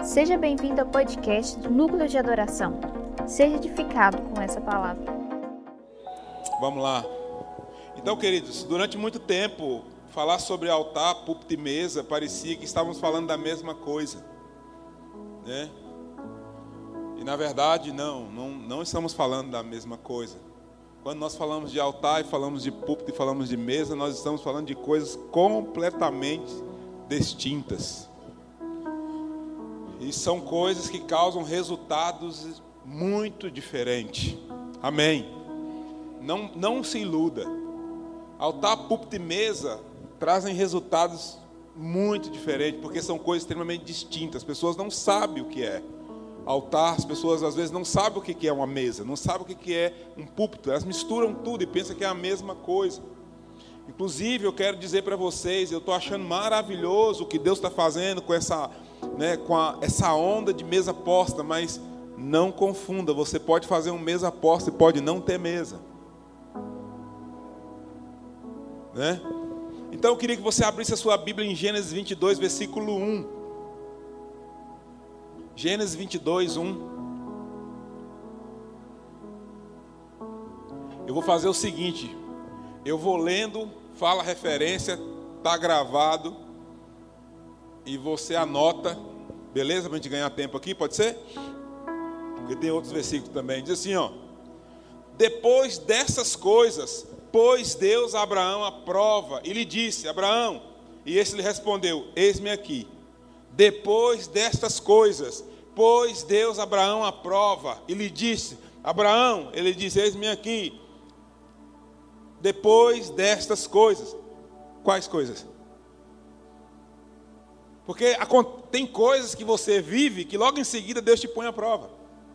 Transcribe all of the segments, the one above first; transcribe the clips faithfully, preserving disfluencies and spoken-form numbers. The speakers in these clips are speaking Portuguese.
Seja bem-vindo ao podcast do Núcleo de Adoração. Seja edificado com essa palavra. Vamos lá. Então, queridos, durante muito tempo, falar sobre altar, púlpito e mesa parecia que estávamos falando da mesma coisa, né? E na verdade, não, não, não estamos falando da mesma coisa. Quando nós falamos de altar e falamos de púlpito e falamos de mesa, nós estamos falando de coisas completamente distintas. E são coisas que causam resultados muito diferentes. Amém? Não, não se iluda. Altar, púlpito e mesa trazem resultados muito diferentes, porque são coisas extremamente distintas. As pessoas não sabem o que é altar, as pessoas às vezes não sabem o que é uma mesa, não sabem o que é um púlpito. Elas misturam tudo e pensam que é a mesma coisa. Inclusive, eu quero dizer para vocês, eu estou achando maravilhoso o que Deus está fazendo com essa, né, com a, essa onda de mesa posta, mas não confunda, você pode fazer uma mesa posta e pode não ter mesa. Né? Então eu queria que você abrisse a sua Bíblia em Gênesis vinte e dois, versículo um. Gênesis vinte e dois, um. Eu vou fazer o seguinte, eu vou lendo, fala a referência, está gravado, e você anota, beleza? Para a gente ganhar tempo aqui, pode ser? Porque tem outros versículos também, diz assim, ó. Depois dessas coisas, pôs Deus a Abraão à prova, e lhe disse, Abraão, e esse lhe respondeu, eis-me aqui. Depois destas coisas, pôs Deus a Abraão à prova, e lhe disse, Abraão, ele disse, eis-me aqui. Depois destas coisas. Quais coisas? Porque tem coisas que você vive que logo em seguida Deus te põe à prova.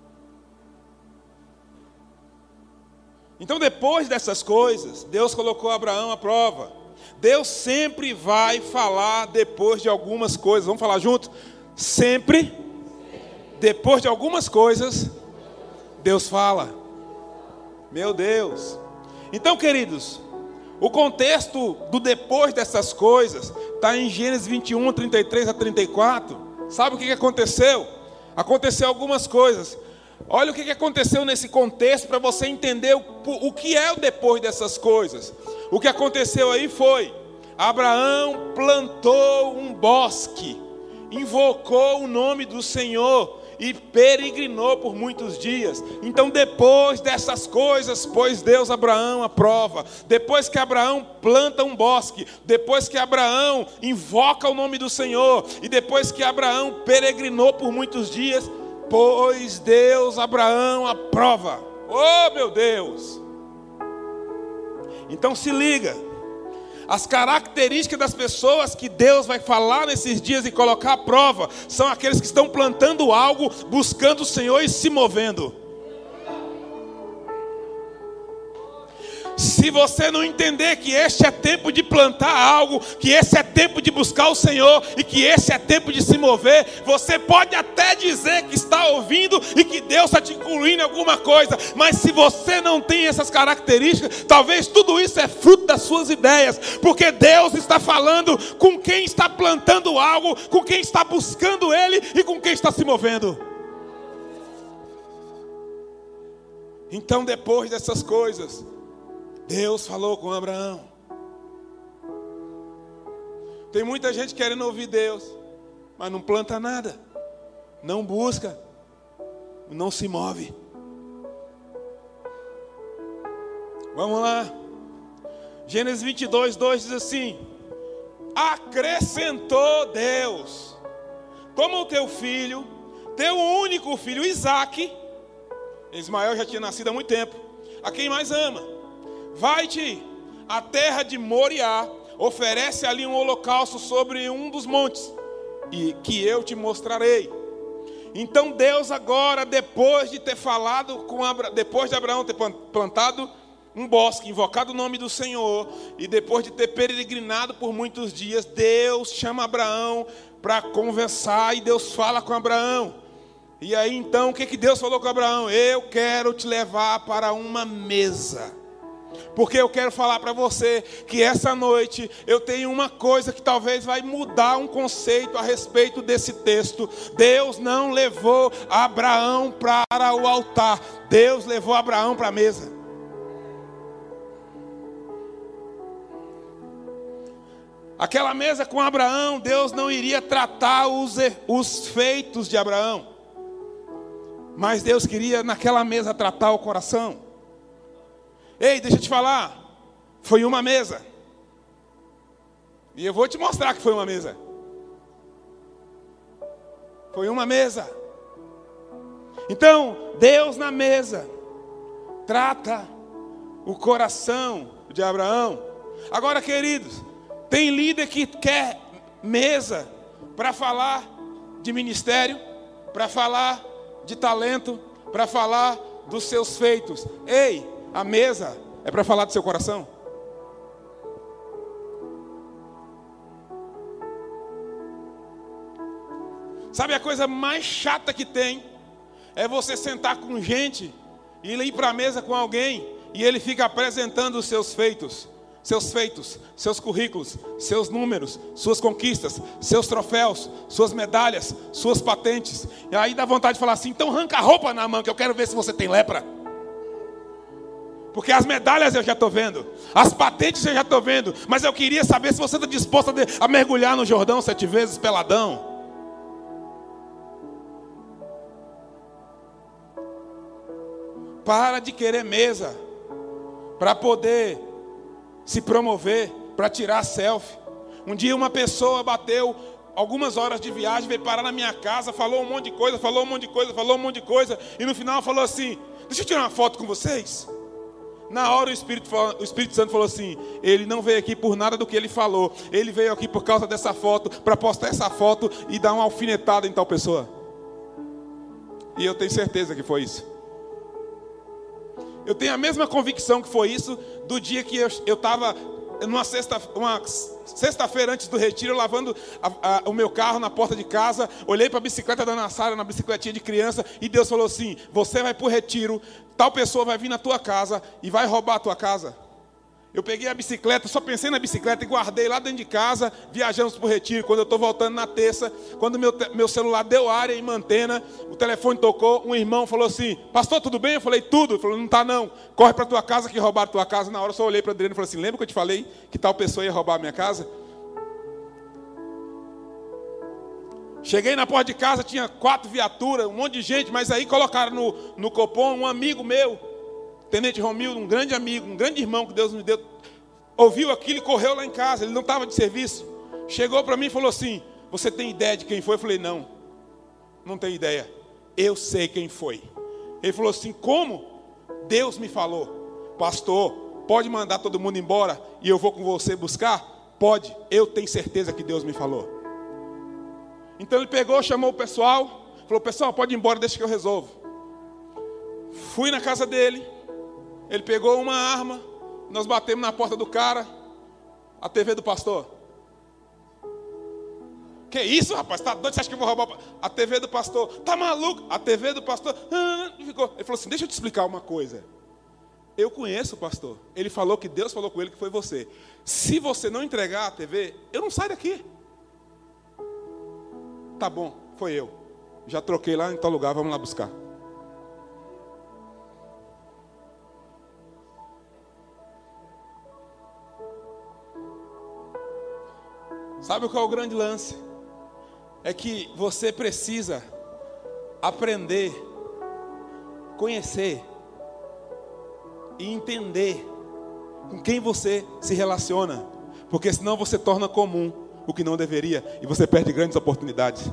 Então depois dessas coisas, Deus colocou Abraão à prova. Deus sempre vai falar depois de algumas coisas. Vamos falar junto? Sempre, depois de algumas coisas, Deus fala. Meu Deus. Então, queridos, o contexto do depois dessas coisas está em Gênesis vinte e um, trinta e três a trinta e quatro. Sabe o que aconteceu? Aconteceu algumas coisas. Olha o que aconteceu nesse contexto para você entender o, o que é o depois dessas coisas. O que aconteceu aí foi, Abraão plantou um bosque, invocou o nome do Senhor e peregrinou por muitos dias. Então depois dessas coisas, pôs Deus Abraão à prova. Depois que Abraão planta um bosque, depois que Abraão invoca o nome do Senhor, e depois que Abraão peregrinou por muitos dias, pôs Deus Abraão à prova. Oh meu Deus! Então se liga. As características das pessoas que Deus vai falar nesses dias e colocar à prova são aqueles que estão plantando algo, buscando o Senhor e se movendo. Se você não entender que este é tempo de plantar algo, que esse é tempo de buscar o Senhor e que esse é tempo de se mover, você pode até dizer que está ouvindo e que Deus está te incluindo em alguma coisa, mas se você não tem essas características, talvez tudo isso é fruto das suas ideias, porque Deus está falando com quem está plantando algo, com quem está buscando Ele e com quem está se movendo. Então depois dessas coisas, Deus falou com Abraão. Tem muita gente querendo ouvir Deus, mas não planta nada, não busca, não se move. Vamos lá. Gênesis vinte e dois, dois diz assim: acrescentou Deus: toma o teu filho, teu único filho Isaque. Ismael já tinha nascido há muito tempo, a quem mais ama. Vai-te à terra de Moriá, oferece ali um holocausto sobre um dos montes, e que eu te mostrarei. Então Deus agora, depois de ter falado com Abraão, depois de Abraão ter plantado um bosque, invocado o nome do Senhor, e depois de ter peregrinado por muitos dias, Deus chama Abraão para conversar, e Deus fala com Abraão. E aí então, o que, que Deus falou com Abraão? Eu quero te levar para uma mesa. Porque eu quero falar para você que essa noite eu tenho uma coisa que talvez vai mudar um conceito a respeito desse texto. Deus não levou Abraão para o altar. Deus levou Abraão para a mesa. Aquela mesa com Abraão, Deus não iria tratar os, os feitos de Abraão. Mas Deus queria naquela mesa tratar o coração. Ei, deixa eu te falar, foi uma mesa. E eu vou te mostrar que foi uma mesa. Foi uma mesa. Então, Deus na mesa trata o coração de Abraão. Agora, queridos, tem líder que quer mesa para falar de ministério, para falar de talento, para falar dos seus feitos. Ei, a mesa é para falar do seu coração. Sabe a coisa mais chata que tem? É você sentar com gente e ir para a mesa com alguém e ele fica apresentando os seus feitos. Seus feitos, seus currículos, seus números, suas conquistas, seus troféus, suas medalhas, suas patentes. E aí dá vontade de falar assim, então arranca a roupa na mão que eu quero ver se você tem lepra. Porque as medalhas eu já estou vendo, as patentes eu já estou vendo, mas eu queria saber se você está disposto a, de, a mergulhar no Jordão sete vezes peladão. Para de querer mesa para poder se promover, para tirar selfie. Um dia uma pessoa bateu algumas horas de viagem, veio parar na minha casa, falou um monte de coisa, falou um monte de coisa, falou um monte de coisa, e no final falou assim, deixa eu tirar uma foto com vocês. Na hora o Espírito, o Espírito Santo falou assim, ele não veio aqui por nada do que ele falou, ele veio aqui por causa dessa foto, para postar essa foto e dar uma alfinetada em tal pessoa. E eu tenho certeza que foi isso. Eu tenho a mesma convicção que foi isso do dia que eu estava numa sexta, uma sexta-feira antes do retiro, lavando a, a, o meu carro na porta de casa, olhei para a bicicleta da Ana Sara, na bicicletinha de criança, e Deus falou assim, você vai para o retiro, tal pessoa vai vir na tua casa e vai roubar a tua casa. Eu peguei a bicicleta, só pensei na bicicleta e guardei lá dentro de casa, viajamos para o retiro. Quando eu estou voltando na terça, quando meu, meu celular deu área em antena, o telefone tocou, um irmão falou assim, pastor, tudo bem? Eu falei, tudo. Ele falou, não está não, corre para a tua casa que roubaram a tua casa. Na hora eu só olhei para o Adriano e falei assim, lembra que eu te falei que tal pessoa ia roubar a minha casa? Cheguei na porta de casa, tinha quatro viaturas, um monte de gente, mas aí colocaram no, no Copom um amigo meu, Tenente Romildo, um grande amigo, um grande irmão que Deus me deu, ouviu aquilo e correu lá em casa, ele não estava de serviço, chegou para mim e falou assim, você tem ideia de quem foi? Eu falei, não, não tenho ideia, eu sei quem foi. Ele falou assim, como? Deus me falou, pastor, pode mandar todo mundo embora e eu vou com você buscar? Pode, eu tenho certeza que Deus me falou. Então ele pegou, chamou o pessoal, falou, pessoal, pode ir embora, deixa que eu resolvo. Fui na casa dele, ele pegou uma arma, nós batemos na porta do cara, a T V do pastor. Que isso, rapaz, tá doido? Você acha que eu vou roubar a T V do pastor? Tá maluco? A T V do pastor? Ele falou assim, deixa eu te explicar uma coisa. Eu conheço o pastor, ele falou que Deus falou com ele que foi você. Se você não entregar a T V, eu não saio daqui. Tá bom, foi eu. Já troquei lá em tal lugar, vamos lá buscar. Sabe qual é o grande lance? É que você precisa aprender, conhecer e entender com quem você se relaciona. Porque senão você torna comum o que não deveria e você perde grandes oportunidades.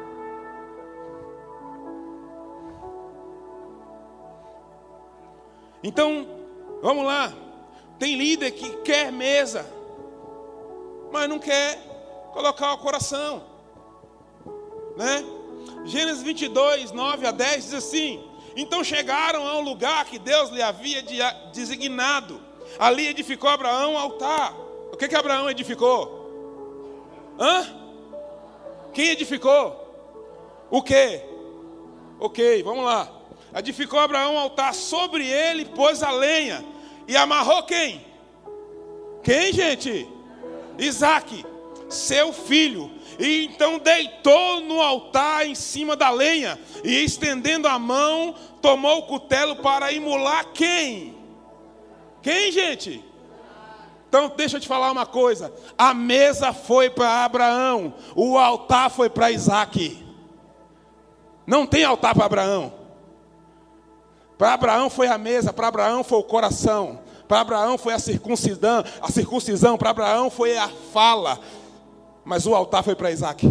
Então, vamos lá. Tem líder que quer mesa, mas não quer colocar o coração, né? Gênesis vinte e dois, nove a dez diz assim: então chegaram ao lugar que Deus lhe havia designado. Ali edificou Abraão um altar. O que que Abraão edificou? Hã? Quem edificou? O quê? Ok, vamos lá. Edificou Abraão um altar, sobre ele pôs a lenha E amarrou quem? Quem, gente? Isaac, seu filho. E então deitou no altar em cima da lenha. E estendendo a mão, tomou o cutelo para imolar quem? Quem, gente? Então deixa eu te falar uma coisa. A mesa foi para Abraão. O altar foi para Isaac. Não tem altar para Abraão. Para Abraão foi a mesa. Para Abraão foi o coração. Para Abraão foi a circuncisão. A circuncisão. Para Abraão foi a fala. Mas o altar foi para Isaac.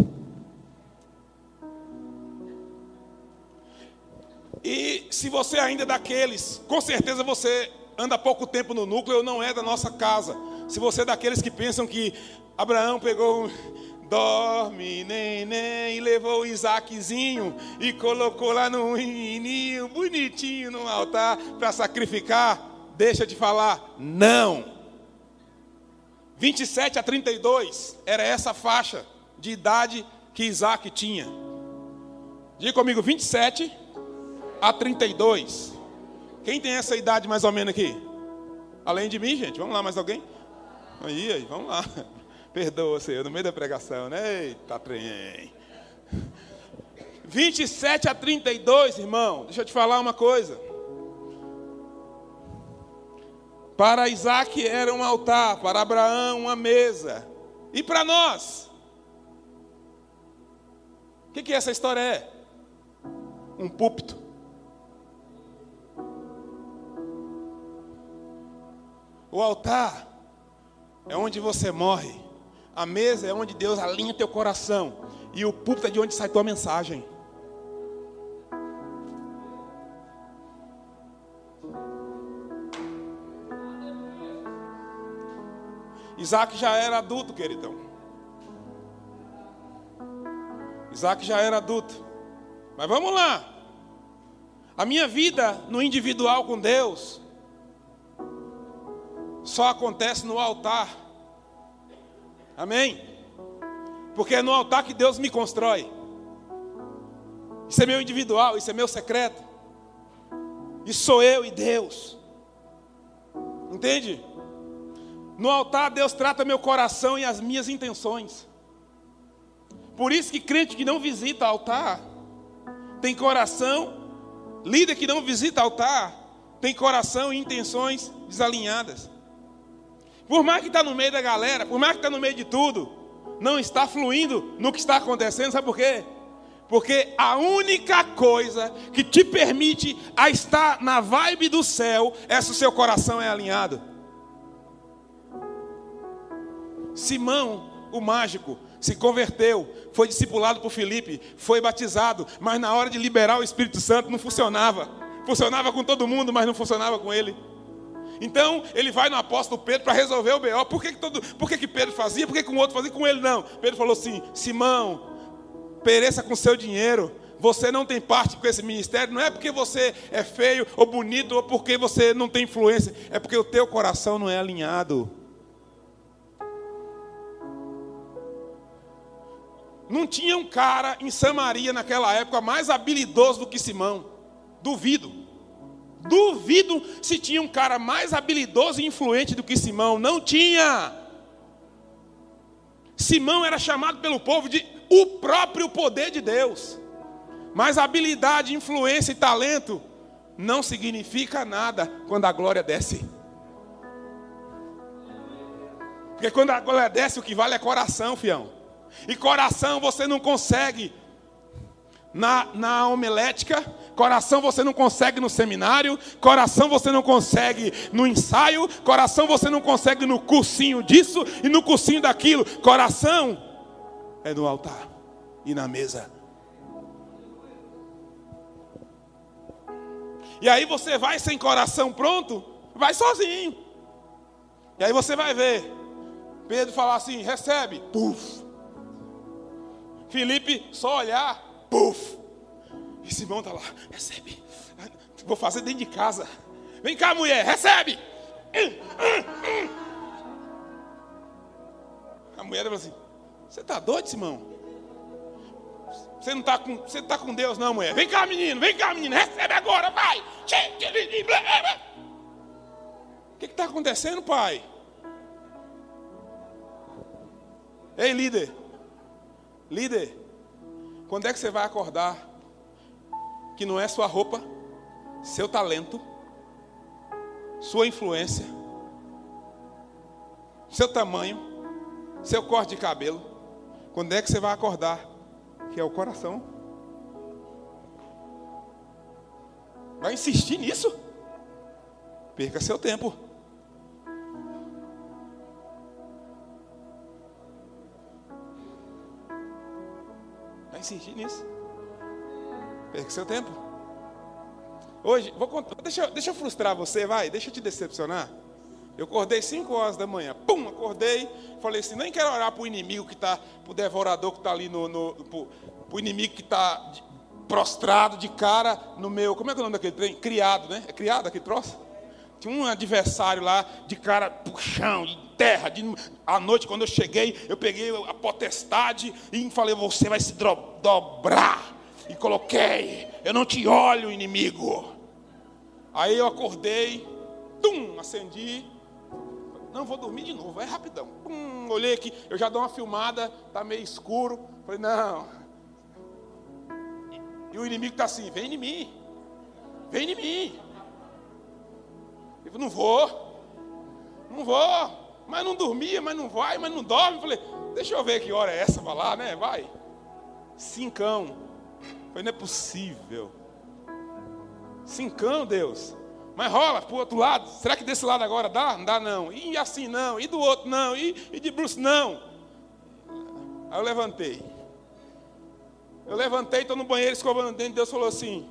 E se você ainda é daqueles, com certeza você anda há pouco tempo no núcleo, não é da nossa casa. Se você é daqueles que pensam que Abraão pegou, dorme, neném, e levou o Isaaczinho e colocou lá no menininho, bonitinho no altar para sacrificar, deixa de falar, não. vinte e sete a trinta e dois, era essa faixa de idade que Isaac tinha. Diga comigo, vinte e sete a trinta e dois. Quem tem essa idade mais ou menos aqui? Além de mim, gente, vamos lá, mais alguém? Aí, aí, vamos lá. Perdoa, Senhor, no meio da pregação, né? Eita, trem. vinte e sete a trinta e dois, irmão, deixa eu te falar uma coisa. Para Isaac era um altar, para Abraão uma mesa. E para nós? O que, que essa história é? Um púlpito. O altar é onde você morre. A mesa é onde Deus alinha teu coração. E o púlpito é de onde sai tua mensagem. Isaac já era adulto, queridão. Isaac já era adulto. Mas vamos lá. A minha vida no individual com Deus só acontece no altar. Amém? Porque é no altar que Deus me constrói. Isso é meu individual, isso é meu secreto. Isso sou eu e Deus. Entende? No altar Deus trata meu coração e as minhas intenções. Por isso que crente que não visita altar tem coração, líder que não visita altar tem coração e intenções desalinhadas. Por mais que está no meio da galera, por mais que está no meio de tudo, não está fluindo no que está acontecendo. Sabe por quê? Porque a única coisa que te permite a estar na vibe do céu é se o seu coração é alinhado. Simão, o mágico, se converteu, foi discipulado por Filipe, foi batizado, mas na hora de liberar o Espírito Santo não funcionava. Funcionava com todo mundo, mas não funcionava com ele. Então, ele vai no apóstolo Pedro para resolver o B O. Por que, que, todo, por que, que Pedro fazia? Por que, que um outro fazia? Com ele não. Pedro falou assim, Simão, pereça com seu dinheiro. Você não tem parte com esse ministério. Não é porque você é feio ou bonito ou porque você não tem influência. É porque o teu coração não é alinhado. Não tinha um cara em Samaria naquela época mais habilidoso do que Simão. Duvido. Duvido se tinha um cara mais habilidoso e influente do que Simão. Não tinha. Simão era chamado pelo povo de o próprio poder de Deus. Mas habilidade, influência e talento não significa nada quando a glória desce. Porque quando a glória desce, o que vale é coração, fião. E coração você não consegue na, na homilética, coração você não consegue no seminário, coração você não consegue no ensaio, coração você não consegue no cursinho disso e no cursinho daquilo. Coração é no altar e na mesa. E aí você vai sem coração pronto, vai sozinho. E aí você vai ver Pedro falar assim, recebe, puf. Filipe só olhar, puf. E Simão está lá, recebe. Vou fazer dentro de casa. Vem cá, mulher, recebe. A mulher fala assim, você está doido, Simão? Você não está com, você tá com Deus não, mulher. Vem cá, menino, vem cá, menino, recebe agora, vai. O que está acontecendo, pai? Ei, líder. Líder. Quando é que você vai acordar que não é sua roupa, seu talento, sua influência, seu tamanho, seu corte de cabelo? Quando é que você vai acordar que é o coração? Vai insistir nisso? Perca seu tempo. Vai insistir nisso? Perca seu tempo. Hoje, vou contar, deixa, deixa eu frustrar você, vai, deixa eu te decepcionar. Eu acordei cinco horas da manhã, pum, acordei, falei assim, nem quero orar para o inimigo que está, para o devorador que está ali, no, no, para o inimigo que está prostrado de cara no meu, como é que é o nome daquele trem? Criado, né? É criado aquele troço? Tinha um adversário lá, de cara pro chão, de terra, de, à noite quando eu cheguei, eu peguei a potestade e falei, você vai se dobrar, e coloquei, eu não te olho, inimigo. Aí eu acordei, tum, acendi, não, vou dormir de novo, é rapidão. Pum, olhei aqui, eu já dou uma filmada, tá meio escuro. Falei, não. E o inimigo está assim, vem em mim. Vem em mim. Eu falei, não vou. Não vou. Mas não dormia, mas não vai, mas não dorme. Falei, deixa eu ver que hora é essa, vai lá, né? Vai. Cincão. Falei, não é possível. Cincão, Deus. Mas rola para o outro lado. Será que desse lado agora dá? Não dá não. E assim não. E do outro não. E, e de Bruce não. Aí eu levantei. Eu levantei, estou no banheiro escovando o dente. Deus falou assim,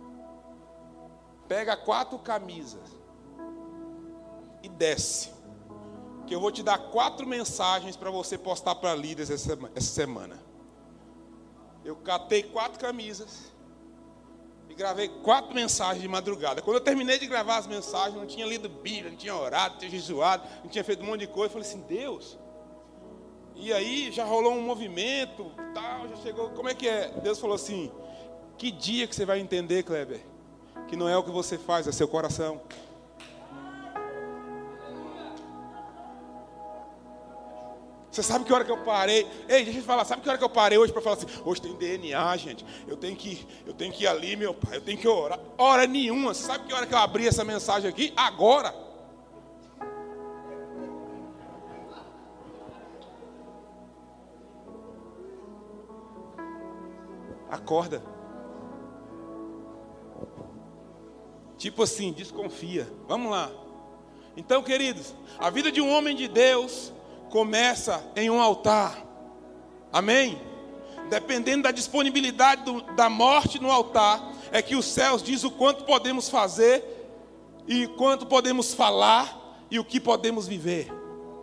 pega quatro camisas e desce. Que eu vou te dar quatro mensagens para você postar para líderes essa semana. Eu catei quatro camisas. E gravei quatro mensagens de madrugada. Quando eu terminei de gravar as mensagens, não tinha lido Bíblia, não tinha orado, não tinha jejuado, não tinha feito um monte de coisa. Eu falei assim, Deus. E aí já rolou um movimento, tal, já chegou. Como é que é? Deus falou assim, que dia que você vai entender, Kleber, que não é o que você faz, é seu coração. Você sabe que hora que eu parei? Ei, deixa eu te falar, sabe que hora que eu parei hoje para falar assim, hoje tem D N A, gente, eu tenho que, eu tenho que ir ali, meu pai, eu tenho que orar. Hora nenhuma. Você sabe que hora que eu abri essa mensagem aqui? Agora. Acorda. Tipo assim, desconfia. Vamos lá. Então, queridos, a vida de um homem de Deus começa em um altar. Amém? Dependendo da disponibilidade do, da morte no altar, é que os céus diz o quanto podemos fazer, e quanto podemos falar, e o que podemos viver.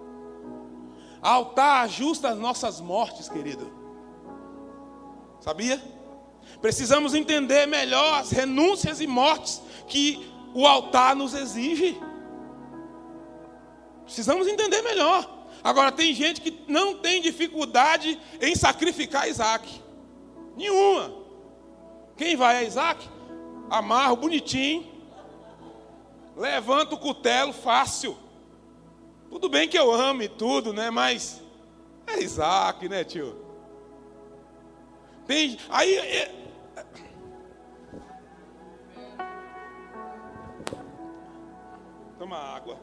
Altar ajusta as nossas mortes, querido. Sabia? Precisamos entender melhor as renúncias e mortes que o altar nos exige. Precisamos entender melhor. Agora, tem gente que não tem dificuldade em sacrificar Isaac. Nenhuma. Quem vai a Isaac? Amarra bonitinho. Levanta o cutelo fácil. Tudo bem que eu amo e tudo, né? Mas é Isaac, né, tio? Tem, aí... É... Toma água.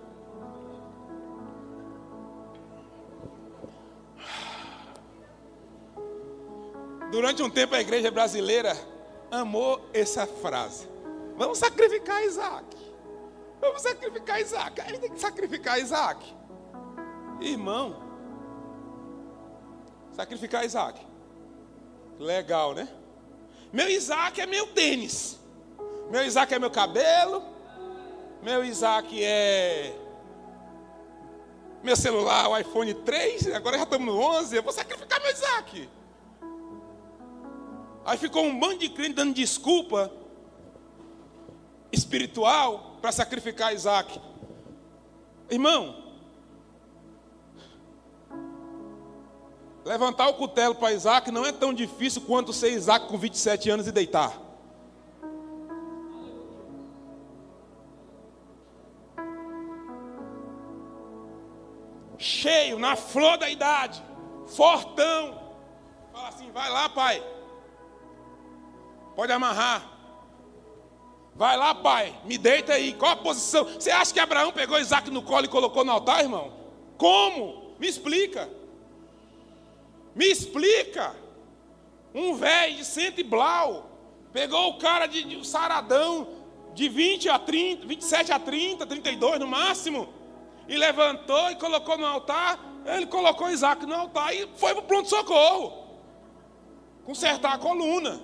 Durante um tempo a igreja brasileira amou essa frase. Vamos sacrificar Isaac. Vamos sacrificar Isaac. A gente tem que sacrificar Isaac. Irmão, sacrificar Isaac. Legal, né? Meu Isaac é meu tênis. Meu Isaac é meu cabelo. Meu Isaac é meu celular, o iPhone três. Agora já estamos no onze. Eu vou sacrificar meu Isaac. Aí ficou um bando de crente dando desculpa espiritual para sacrificar Isaac. Irmão, levantar o cutelo para Isaac não é tão difícil quanto ser Isaac com vinte e sete anos e deitar. cheio, na flor da idade, fortão. Fala assim, vai lá, pai. Pode amarrar. Vai lá, pai, me deita aí. Qual a posição? Você acha que Abraão pegou Isaac no colo e colocou no altar, irmão? Como? Me explica. Me explica. Um velho de cento e blau pegou o cara de, de um saradão de vinte a trinta, vinte e sete a trinta, trinta e dois no máximo, e levantou e colocou no altar. Ele colocou Isaac no altar e foi para o pronto-socorro consertar a coluna.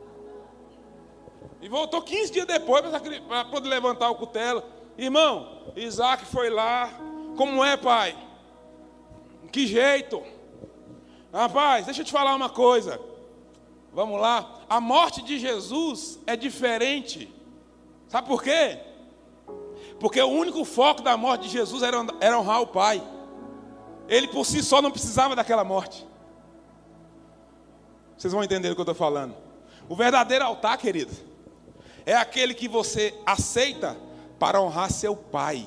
E voltou quinze dias depois para poder levantar o cutelo. Irmão, Isaac foi lá. Como é, pai? Que jeito? Rapaz, deixa eu te falar uma coisa. Vamos lá. A morte de Jesus é diferente. Sabe por quê? Porque o único foco da morte de Jesus era, era honrar o Pai. Ele por si só não precisava daquela morte. Vocês vão entender o que eu estou falando. O verdadeiro altar, querido, é aquele que você aceita para honrar seu pai.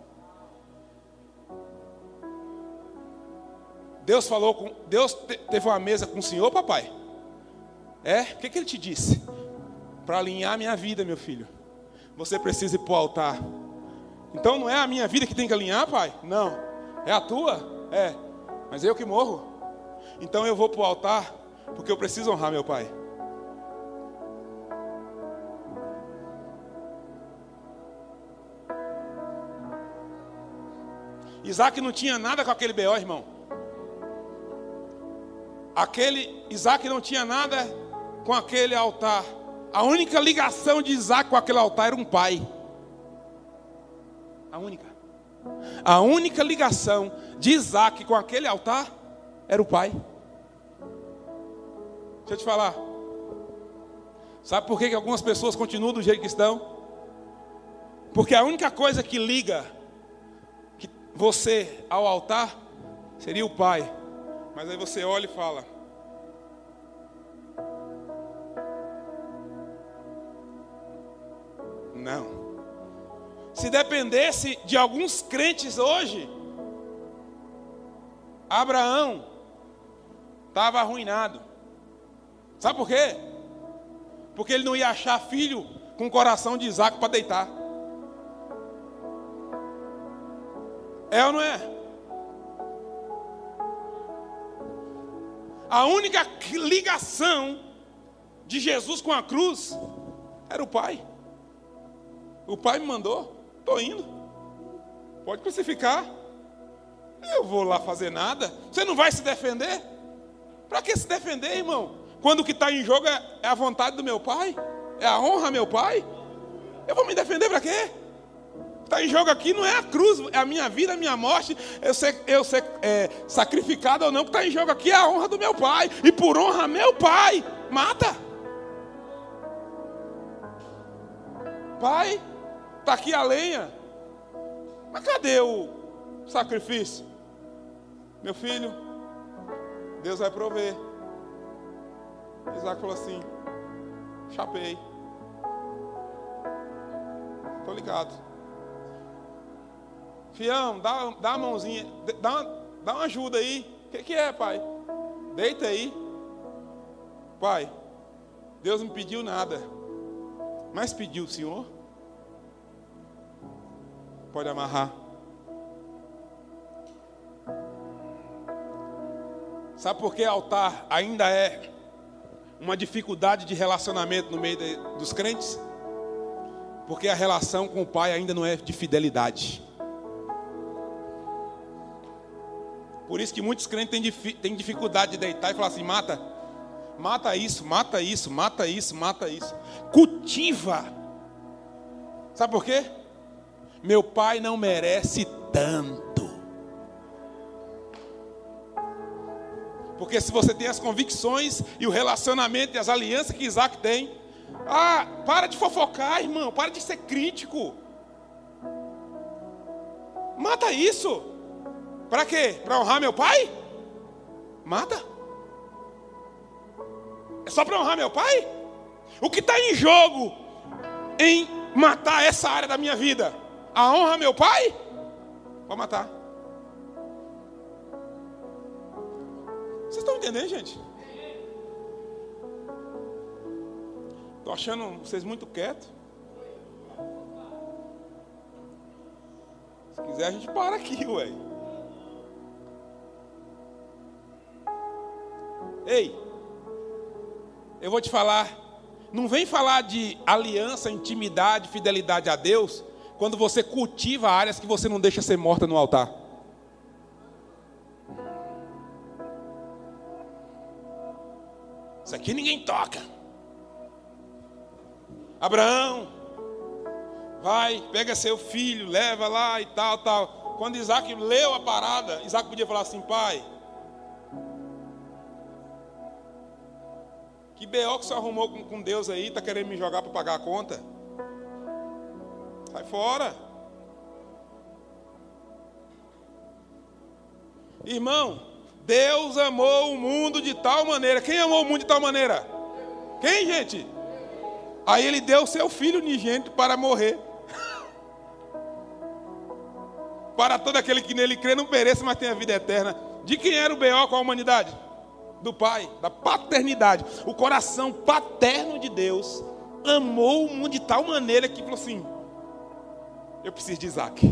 Deus falou com Deus teve uma mesa com o senhor, papai? É? O que, que ele te disse? Para alinhar a minha vida, meu filho, você precisa ir para o altar. Então não é a minha vida que tem que alinhar, pai? Não. É a tua? É. Mas eu que morro. Então eu vou para o altar porque eu preciso honrar meu pai. Isaac não tinha nada com aquele B O, irmão. Aquele Isaac não tinha nada com aquele altar. A única ligação de Isaac com aquele altar era um pai. A única. A única ligação de Isaac com aquele altar era o pai. Deixa eu te falar. Sabe por que que algumas pessoas continuam do jeito que estão? Porque a única coisa que liga você ao altar seria o pai. Mas aí você olha e fala: não. Se dependesse de alguns crentes hoje, Abraão estava arruinado. Sabe por quê? Porque ele não ia achar filho com o coração de Isaac para deitar. É ou não é? A única ligação de Jesus com a cruz era o Pai. O Pai me mandou, estou indo. Pode crucificar. Eu vou lá fazer nada. Você não vai se defender? Para que se defender, irmão? Quando o que está em jogo é, é a vontade do meu Pai? É a honra ao meu Pai? Eu vou me defender para quê? Está em jogo aqui não é a cruz, é a minha vida, a minha morte, eu ser, eu ser é, sacrificado ou não. O que está em jogo aqui é a honra do meu pai. E por honra meu pai, mata. Pai, está aqui a lenha. Mas cadê o sacrifício? Meu filho, Deus vai prover. Isaac falou assim: chapei. Estou ligado. Fião, dá, dá a mãozinha, dá uma, dá uma ajuda aí. O que, que é, pai? Deita aí. Pai, Deus não me pediu nada, mas pediu o Senhor. Pode amarrar. Sabe por que altar ainda é uma dificuldade de relacionamento no meio de, dos crentes? Porque a relação com o pai ainda não é de fidelidade. Por isso que muitos crentes têm, têm dificuldade de deitar e falar assim: mata, mata isso, mata isso, mata isso, mata isso. Cultiva. Sabe por quê? Meu pai não merece tanto. Porque se você tem as convicções e o relacionamento e as alianças que Isaac tem, ah, para de fofocar, irmão, para de ser crítico. Mata isso. Para quê? Para honrar meu pai? Mata. É só para honrar meu pai? O que está em jogo em matar essa área da minha vida? A honra a meu pai? Pode matar. Vocês estão entendendo, gente? Estou achando vocês muito quietos. Se quiser a gente para aqui, ué. Ei, eu vou te falar. Não vem falar de aliança, intimidade, fidelidade a Deus quando você cultiva áreas que você não deixa ser morta no altar. Isso aqui ninguém toca. Abraão, vai, pega seu filho, leva lá e tal, tal. Quando Isaac leu a parada, Isaac podia falar assim: pai, que B O que você arrumou com, com Deus aí, está querendo me jogar para pagar a conta? Sai fora. Irmão, Deus amou o mundo de tal maneira. Quem amou o mundo de tal maneira? Quem, gente? Aí ele deu o seu filho unigênito para morrer. Para todo aquele que nele crê não pereça, mas tenha vida eterna. De quem era o B O com a humanidade? Do Pai, da paternidade. O coração paterno de Deus amou o mundo de tal maneira que falou assim: eu preciso de Isaac.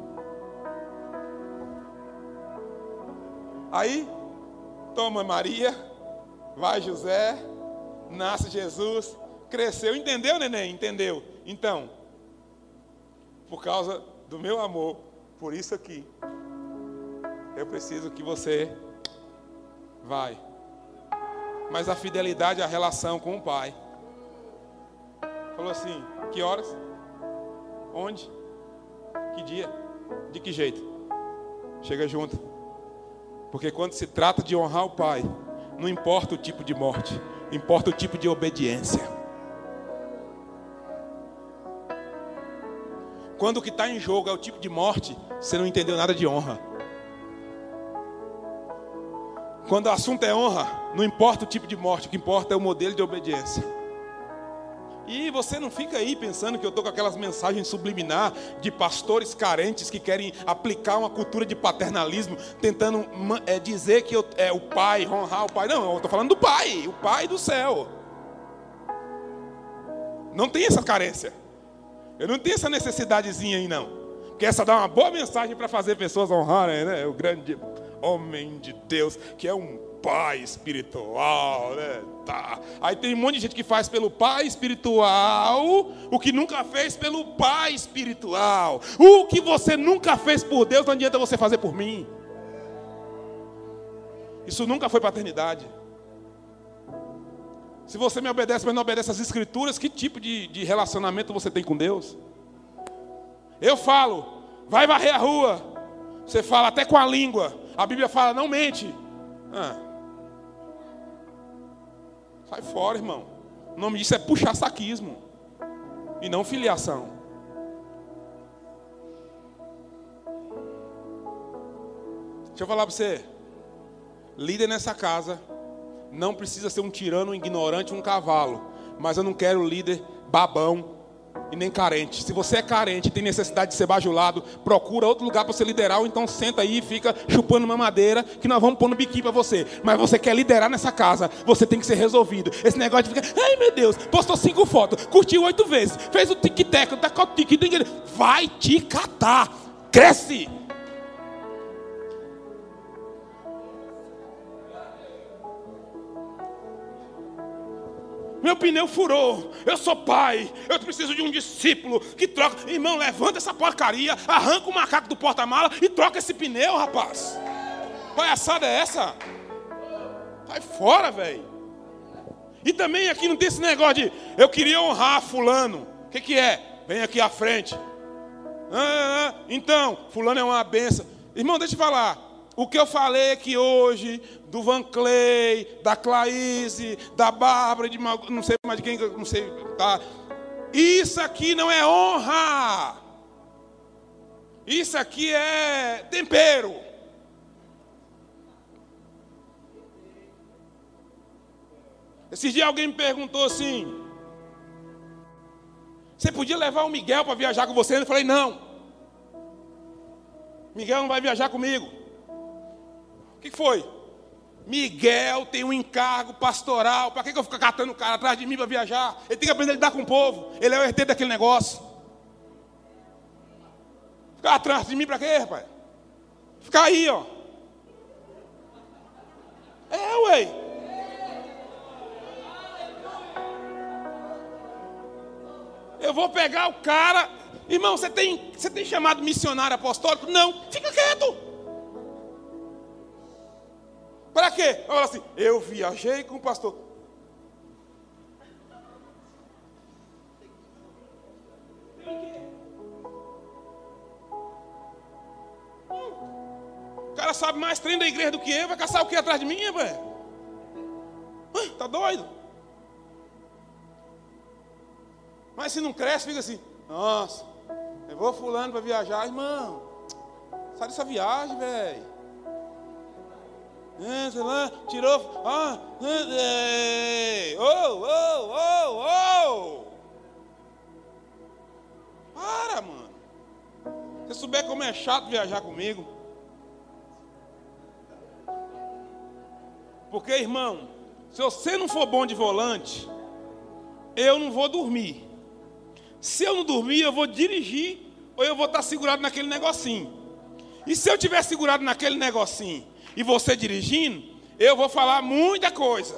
Aí toma Maria, vai José, nasce Jesus, cresceu. Entendeu, neném? Entendeu? Então, por causa do meu amor por isso aqui, eu preciso que você vai. Mas a fidelidade é a relação com o Pai. Falou assim: que horas? Onde? Que dia? De que jeito? Chega junto. Porque quando se trata de honrar o Pai, não importa o tipo de morte, importa o tipo de obediência. Quando o que está em jogo é o tipo de morte, você não entendeu nada de honra. Quando o assunto é honra, não importa o tipo de morte, o que importa é o modelo de obediência. E você não fica aí pensando que eu estou com aquelas mensagens subliminar de pastores carentes que querem aplicar uma cultura de paternalismo, tentando é, dizer que eu, é o pai, honrar o pai. Não, eu estou falando do pai, o pai do céu. Não tem essa carência. Eu não tenho essa necessidadezinha aí, não. Porque essa dá uma boa mensagem para fazer pessoas honrarem, né? O grande homem de Deus, que é um pai espiritual, né? Tá. Aí tem um monte de gente que faz pelo pai espiritual o que nunca fez pelo pai espiritual. O que você nunca fez por Deus, não adianta você fazer por mim. Isso nunca foi paternidade. Se você me obedece, mas não obedece às escrituras, que tipo de, de relacionamento você tem com Deus? Eu falo, vai varrer a rua. Você fala até com a língua. A Bíblia fala, não mente. Ah. Sai fora, irmão. O nome disso é puxar saquismo. E não filiação. Deixa eu falar para você. Líder nessa casa não precisa ser um tirano, um ignorante, um cavalo. Mas eu não quero líder babão e nem carente. Se você é carente e tem necessidade de ser bajulado, procura outro lugar para você liderar, ou então senta aí e fica chupando uma madeira que nós vamos pôr no biquíni para você. Mas você quer liderar nessa casa, você tem que ser resolvido. Esse negócio de ficar, ai meu Deus, postou cinco fotos, curtiu oito vezes, fez o tic-tac, tá com o tic, vai te catar, cresce. Meu pneu furou, eu sou pai, eu preciso de um discípulo que troca. Irmão, levanta essa porcaria, arranca o macaco do porta-mala e troca esse pneu, rapaz. Palhaçada é essa? Sai fora, velho. E também aqui não tem esse negócio de eu queria honrar fulano. O que, que é? Vem aqui à frente. Ah, ah, então, fulano é uma benção. Irmão, deixa eu falar. O que eu falei aqui hoje, do Van Clay, da Claíse, da Bárbara, de não sei mais de quem, não sei, tá? Isso aqui não é honra. Isso aqui é tempero. Esses dias alguém me perguntou assim: você podia levar o Miguel para viajar com você? Eu falei, não. Miguel não vai viajar comigo. O que foi? Miguel tem um encargo pastoral. Para que que eu fico catando o cara atrás de mim para viajar? Ele tem que aprender a lidar com o povo. Ele é o herdeiro daquele negócio. Ficar atrás de mim para quê, rapaz? Ficar aí, ó. É, ué. Eu vou pegar o cara. Irmão, você tem, você tem chamado missionário apostólico? Não. Fica quieto. Para quê? Eu falo assim, eu viajei com o pastor. O cara sabe mais trem da igreja do que eu, vai caçar o que atrás de mim, velho? Tá doido? Mas se não cresce, fica assim, nossa, eu vou fulano para viajar, irmão. Sai dessa viagem, velho. É, sei lá, tirou. Ah, é, oh, oh, oh, oh. Para, mano. Se você souber como é chato viajar comigo. Porque, irmão, se você não for bom de volante, eu não vou dormir. Se eu não dormir, eu vou dirigir, ou eu vou estar segurado naquele negocinho. E se eu estiver segurado naquele negocinho, e você dirigindo, eu vou falar muita coisa.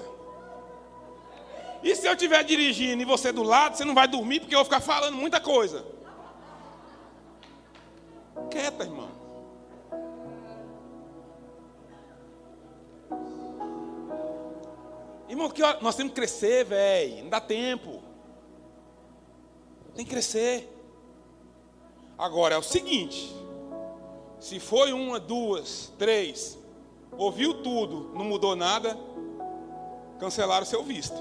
E se eu estiver dirigindo e você do lado, você não vai dormir, porque eu vou ficar falando muita coisa. Quieta, irmão. Irmão, que hora? Nós temos que crescer, velho. Não dá tempo. Tem que crescer. Agora é o seguinte: se foi uma, duas, três, ouviu tudo, não mudou nada, cancelaram o seu visto.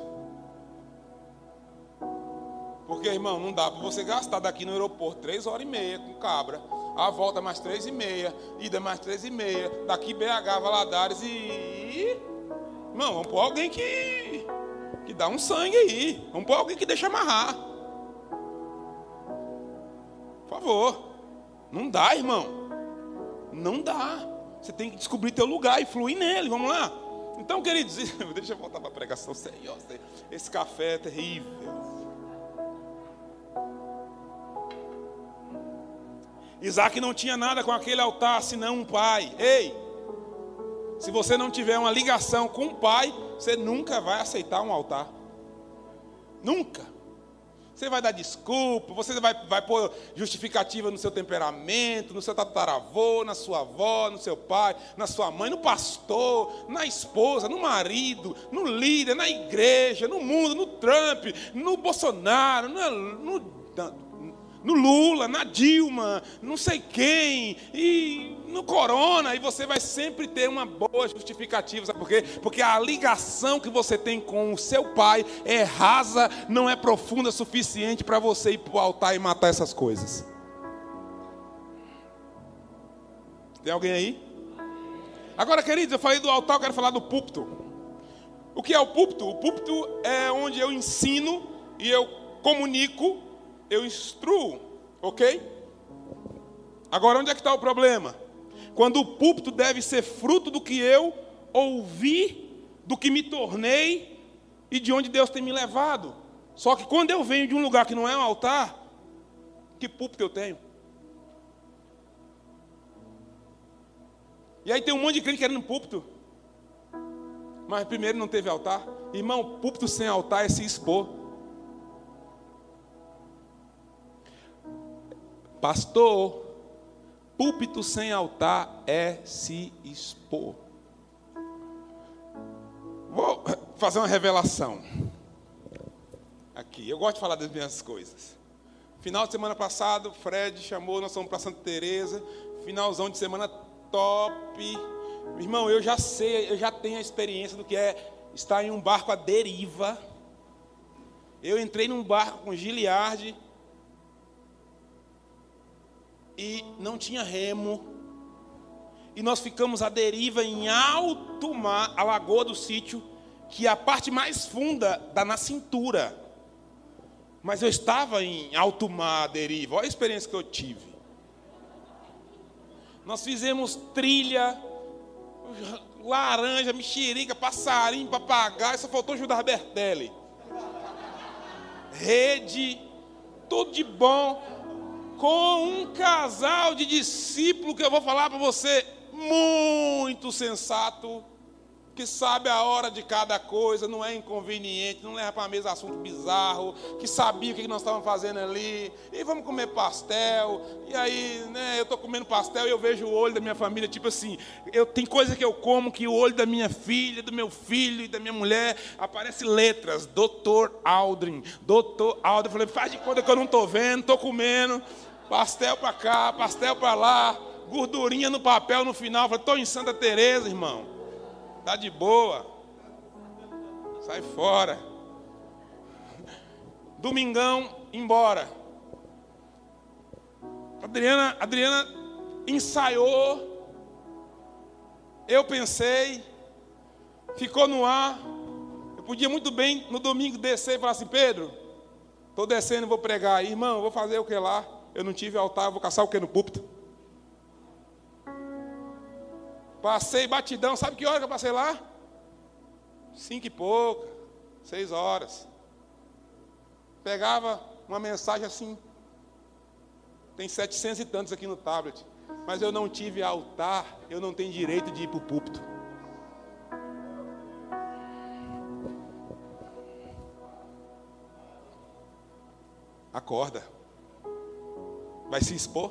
Porque, irmão, não dá para você gastar daqui no aeroporto três horas e meia com cabra, a volta mais três e meia, ida mais três e meia, daqui B H, Valadares e... Irmão, vamos pôr alguém que, que dá um sangue aí. Vamos pôr alguém que deixa amarrar. Por favor. Não dá, irmão. Não dá. Você tem que descobrir teu lugar e fluir nele. Vamos lá. Então, queridos, deixa eu voltar para a pregação. Esse café é terrível. Isaac não tinha nada com aquele altar, senão um pai. Ei, se você não tiver uma ligação com o pai, você nunca vai aceitar um altar. Nunca. Você vai dar desculpa, você vai, vai pôr justificativa no seu temperamento, no seu tataravô, na sua avó, no seu pai, na sua mãe, no pastor, na esposa, no marido, no líder, na igreja, no mundo, no Trump, no Bolsonaro, no, no, no Lula, na Dilma, não sei quem, e no Corona, e você vai sempre ter uma boa justificativa. Sabe por quê? Porque a ligação que você tem com o seu pai é rasa, não é profunda o suficiente para você ir para o altar e matar essas coisas. Tem alguém aí? Agora, queridos, eu falei do altar, eu quero falar do púlpito. O que é o púlpito? O púlpito é onde eu ensino e eu comunico, eu instruo, ok? Agora, onde é que está o problema? Quando o púlpito deve ser fruto do que eu ouvi, do que me tornei e de onde Deus tem me levado. Só que quando eu venho de um lugar que não é um altar, que púlpito eu tenho? E aí tem um monte de crente querendo púlpito, mas primeiro não teve altar. Irmão, púlpito sem altar é se expor. Pastor, púlpito sem altar é se expor. Vou fazer uma revelação aqui. Eu gosto de falar das minhas coisas. Final de semana passado, Fred chamou, nós fomos para Santa Teresa. Finalzão de semana top. Irmão, eu já sei, eu já tenho a experiência do que é estar em um barco à deriva. Eu entrei num barco com Giliardi e não tinha remo, e nós ficamos à deriva em alto mar, a lagoa do sítio, que a parte mais funda dá na cintura, mas eu estava em alto mar, à deriva. Olha a experiência que eu tive. Nós fizemos trilha laranja, mexerica, passarinho, papagaio, só faltou Judas Bertelli. Rede, tudo de bom, com um casal de discípulos que eu vou falar para você, muito sensato, que sabe a hora de cada coisa, não é inconveniente, não leva para a mesa assunto bizarro, que sabia o que nós estávamos fazendo ali, e vamos comer pastel, e aí, né, eu estou comendo pastel e eu vejo o olho da minha família, tipo assim, eu, tem coisa que eu como que o olho da minha filha, do meu filho e da minha mulher, aparece letras, doutor Aldrin, doutor Aldrin, eu falei, faz de conta que eu não estou vendo, estou comendo, pastel para cá, pastel para lá, gordurinha no papel no final, eu falei, estou em Santa Teresa, irmão. Tá de boa. Sai fora. Domingão, embora. Adriana, Adriana ensaiou. Eu pensei. Ficou no ar. Eu podia muito bem no domingo descer e falar assim, Pedro, estou descendo e vou pregar. Irmão, eu vou fazer o que lá? Eu não tive altar, eu vou caçar o que no púlpito? Passei batidão, sabe que hora que eu passei lá? Cinco e pouco, seis horas. Pegava uma mensagem assim, tem setecentos e tantos aqui no tablet, mas eu não tive altar, eu não tenho direito de ir para o púlpito. Acorda. Vai se expor?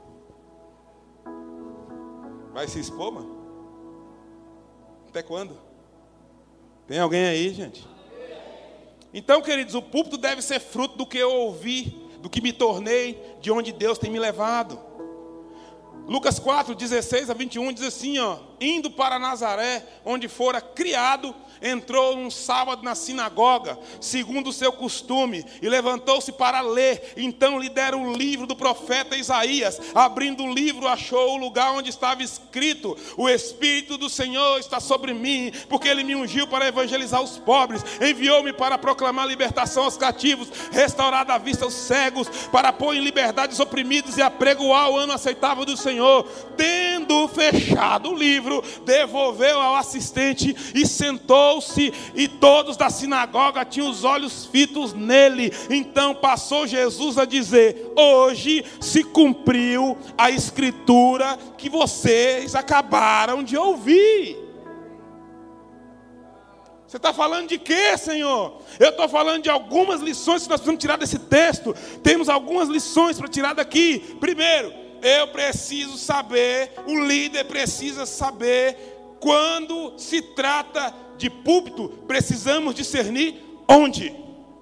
Vai se expor, mano? Até quando? Tem alguém aí, gente? Então, queridos, o púlpito deve ser fruto do que eu ouvi, do que me tornei, de onde Deus tem me levado. Lucas quatro, dezesseis a vinte e um diz assim, ó, indo para Nazaré, onde fora criado, entrou um sábado na sinagoga, segundo o seu costume, e levantou-se para ler. Então lhe deram o livro do profeta Isaías. Abrindo o livro, achou o lugar onde estava escrito: o Espírito do Senhor está sobre mim, porque Ele me ungiu para evangelizar os pobres, enviou-me para proclamar libertação aos cativos, restaurar a vista aos cegos, para pôr em liberdade os oprimidos e apregoar o ano aceitável do Senhor. Tendo fechado o livro, devolveu ao assistente e sentou-se, e todos da sinagoga tinham os olhos fitos nele. Então passou Jesus a dizer: hoje se cumpriu a escritura que vocês acabaram de ouvir. Você está falando de quê, Senhor? Eu estou falando de algumas lições que nós precisamos tirar desse texto. Temos algumas lições para tirar daqui. Primeiro, eu preciso saber, o líder precisa saber, quando se trata de púlpito, precisamos discernir onde.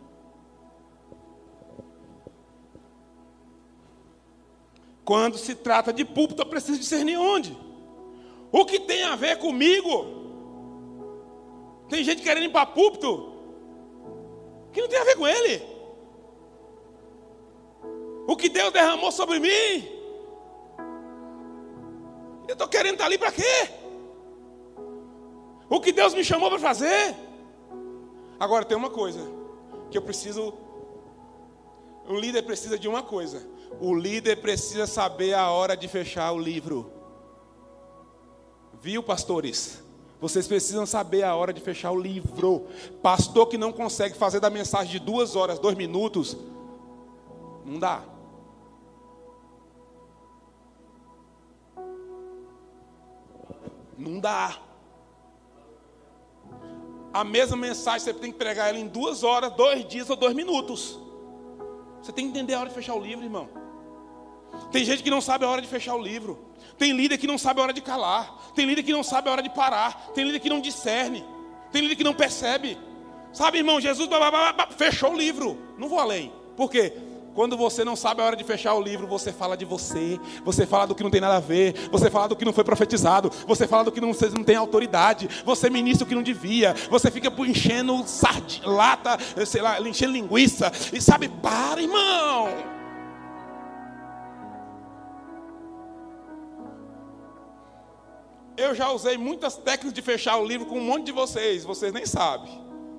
Quando se trata de púlpito, eu preciso discernir onde. O que tem a ver comigo? Tem gente querendo ir para púlpito que não tem a ver com ele. O que Deus derramou sobre mim, eu estou querendo estar ali para quê? O que Deus me chamou para fazer? Agora tem uma coisa que eu preciso. O líder precisa de uma coisa. O líder precisa saber a hora de fechar o livro. Viu, pastores? Vocês precisam saber a hora de fechar o livro. Pastor que não consegue fazer da mensagem de duas horas, dois minutos, não dá. Não dá. A mesma mensagem você tem que pregar ela em duas horas, dois dias ou dois minutos. Você tem que entender a hora de fechar o livro, irmão. Tem gente que não sabe a hora de fechar o livro. Tem líder que não sabe a hora de calar. Tem líder que não sabe a hora de parar. Tem líder que não discerne. Tem líder que não percebe. Sabe, irmão, Jesus blá, blá, blá, blá, fechou o livro. Não vou além. Por quê? Quando você não sabe a hora de fechar o livro, você fala de você, você fala do que não tem nada a ver, você fala do que não foi profetizado, você fala do que não, você não tem autoridade, você ministra o que não devia, você fica enchendo sardi, lata, sei lá, enchendo linguiça, e sabe, para, irmão. Eu já usei muitas técnicas de fechar o livro com um monte de vocês, vocês nem sabem.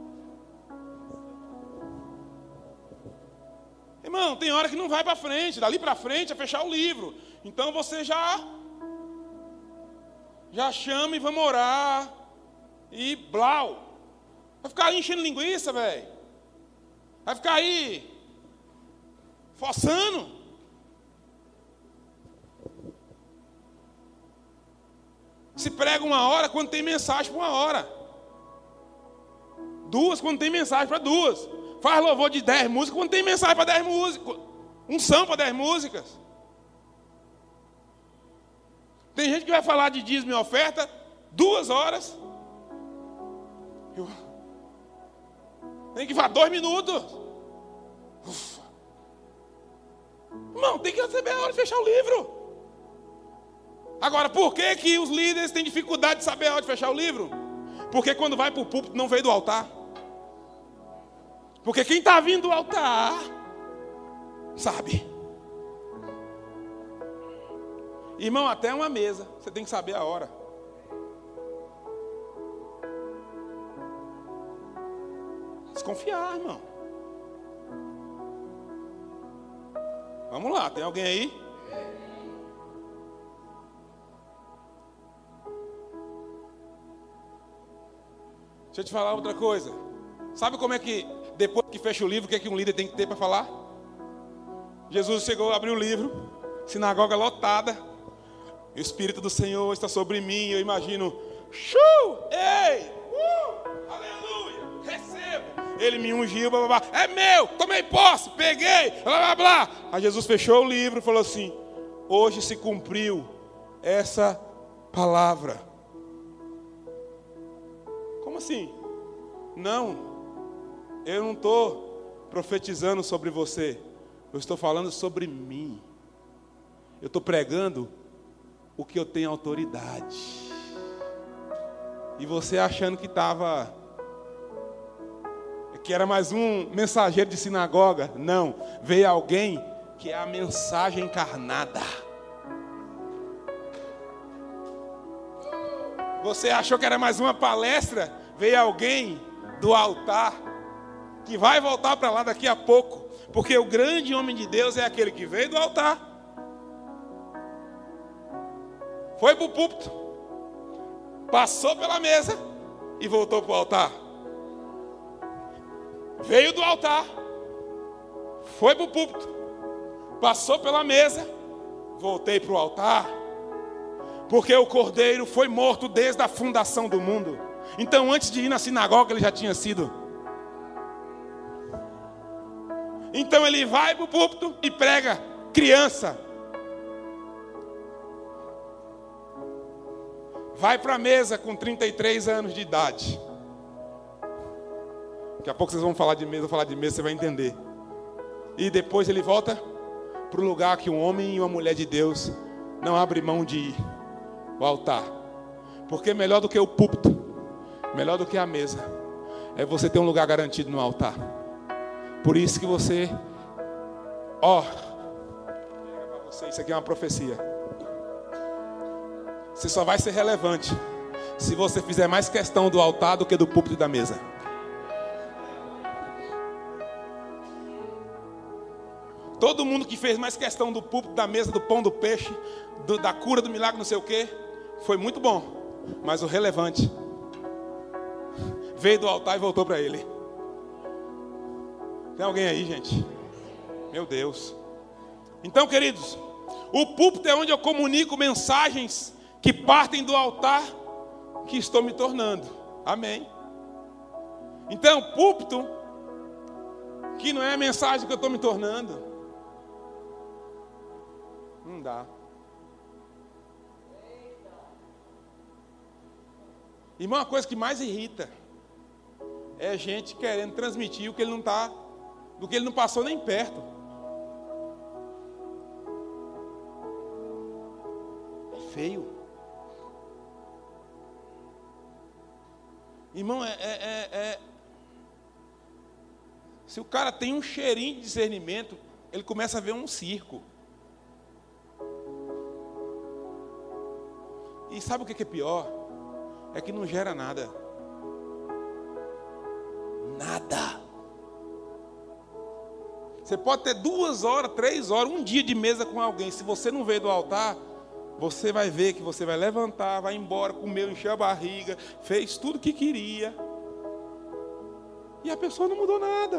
Irmão, tem hora que não vai para frente, dali para frente é fechar o livro. Então você já já chama e vamos orar. E blau. Vai ficar aí enchendo linguiça, velho. Vai ficar aí forçando. Se prega uma hora quando tem mensagem para uma hora. Duas quando tem mensagem para duas. Faz louvor de dez músicas quando tem mensagem para dez músicas. Unção para dez músicas. Tem gente que vai falar de dízimo e oferta duas horas. Eu... Tem que falar dois minutos. Ufa. Irmão, tem que receber a hora de fechar o livro. Agora, por que que os líderes têm dificuldade de saber a hora de fechar o livro? Porque quando vai para o púlpito não veio do altar. Porque quem está vindo do altar sabe. Irmão, até uma mesa você tem que saber a hora. Desconfiar, irmão. Vamos lá, tem alguém aí? Deixa eu te falar outra coisa. Sabe como é que, depois que fecha o livro, o que é que um líder tem que ter para falar? Jesus chegou, abriu o livro, sinagoga lotada, o Espírito do Senhor está sobre mim, eu imagino, Shuu! Ei! Uh! Aleluia! Recebo! Ele me ungiu, blá, blá, blá. É meu! Tomei posse! Peguei! Blá, blá, blá. Aí Jesus fechou o livro e falou assim, hoje se cumpriu essa palavra. Como assim? Não, eu não estou profetizando sobre você. Eu estou falando sobre mim. Eu estou pregando o que eu tenho autoridade. E você achando que estava... que era mais um mensageiro de sinagoga. Não, veio alguém que é a mensagem encarnada. Você achou que era mais uma palestra? Veio alguém do altar, que vai voltar para lá daqui a pouco, porque o grande homem de Deus é aquele que veio do altar, foi para o púlpito, passou pela mesa e voltou para o altar. Veio do altar, foi para o púlpito, passou pela mesa, voltei para o altar, porque o Cordeiro foi morto desde a fundação do mundo. Então, antes de ir na sinagoga, ele já tinha sido. Então, ele vai para o púlpito e prega criança. Vai para a mesa com trinta e três anos de idade. Daqui a pouco vocês vão falar de mesa, eu vou falar de mesa, você vai entender. E depois ele volta para o lugar que um homem e uma mulher de Deus não abrem mão de ir. O altar. Porque melhor do que o púlpito, melhor do que a mesa, é você ter um lugar garantido no altar. Por isso que você, ó, você, isso aqui é uma profecia. Você só vai ser relevante se você fizer mais questão do altar do que do púlpito e da mesa. Todo mundo que fez mais questão do púlpito, da mesa, do pão, do peixe, do, da cura, do milagre, não sei o que, foi muito bom. Mas o relevante veio do altar e voltou para ele. Tem alguém aí, gente? Meu Deus. Então, queridos, o púlpito é onde eu comunico mensagens que partem do altar que estou me tornando. Amém. Então, púlpito, que não é a mensagem que eu estou me tornando, não dá. Irmão, a coisa que mais irrita é gente querendo transmitir o que ele não está, do que ele não passou nem perto. É feio. Irmão, é, é, é, é... se o cara tem um cheirinho de discernimento, ele começa a ver um circo. E sabe o que é pior? É que não gera nada. Nada. Você pode ter duas horas, três horas, um dia de mesa com alguém. Se você não veio do altar, você vai ver que você vai levantar, vai embora, comeu, encheu a barriga, fez tudo o que queria. E a pessoa não mudou nada.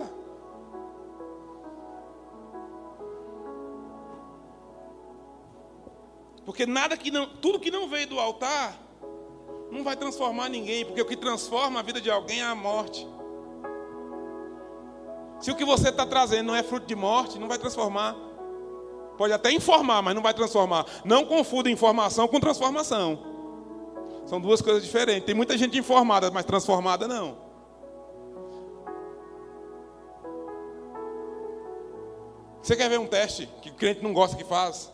Porque nada que não, tudo que não veio do altar não vai transformar ninguém, porque o que transforma a vida de alguém é a morte. Se o que você está trazendo não é fruto de morte, não vai transformar. Pode até informar, mas não vai transformar. Não confunda informação com transformação. São duas coisas diferentes. Tem muita gente informada, mas transformada não. Você quer ver um teste que o crente não gosta que faz?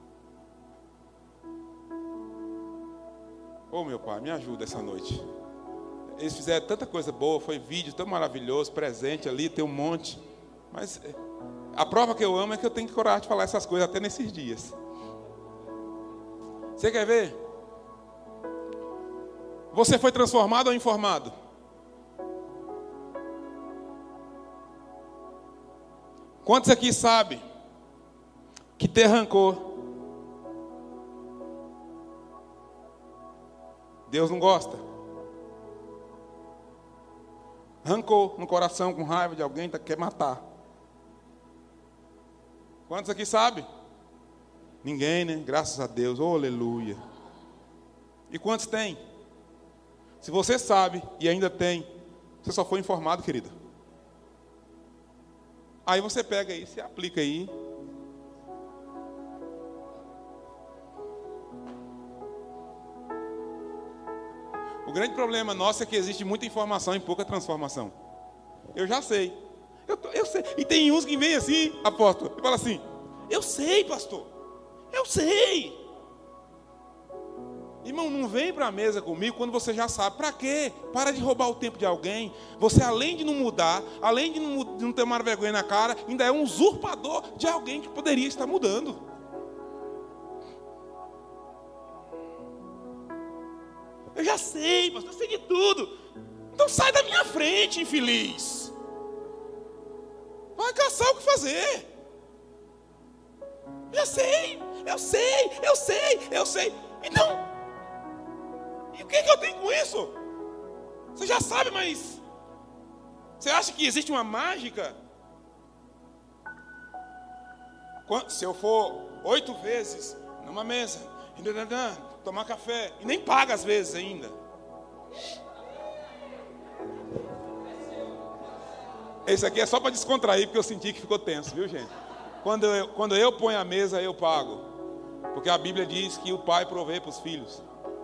Ô, meu pai, me ajuda essa noite. Eles fizeram tanta coisa boa, foi vídeo tão maravilhoso, presente ali, tem um monte. Mas a prova que eu amo é que eu tenho coragem de falar essas coisas até nesses dias. Você quer ver? Você foi transformado ou informado? Quantos aqui sabem que ter rancor Deus não gosta? Rancor no coração, com raiva de alguém, tá, quer matar. Quantos aqui sabem? Ninguém, né? Graças a Deus, oh, aleluia. E quantos tem? Se você sabe e ainda tem, você só foi informado, querido. Aí você pega isso e aplica aí. O grande problema nosso é que existe muita informação e pouca transformação. Eu já sei. Eu, eu sei. E tem uns que vêm assim, apóstolo, e fala assim: eu sei, pastor. Eu sei. Irmão, não vem para a mesa comigo quando você já sabe. Para quê? Para de roubar o tempo de alguém. Você, além de não mudar, além de não, de não ter uma vergonha na cara, ainda é um usurpador de alguém que poderia estar mudando. Eu já sei, pastor, eu sei de tudo. Então sai da minha frente, infeliz. Vai caçar o que fazer. Eu já sei, eu sei, eu sei, eu sei. Então, e o que, que eu tenho com isso? Você já sabe, mas você acha que existe uma mágica? Se eu for oito vezes numa mesa, tomar café, e nem paga às vezes ainda. Esse aqui é só para descontrair, porque eu senti que ficou tenso, viu, gente? Quando eu, quando eu ponho a mesa, eu pago. Porque a Bíblia diz que o pai provê para os filhos.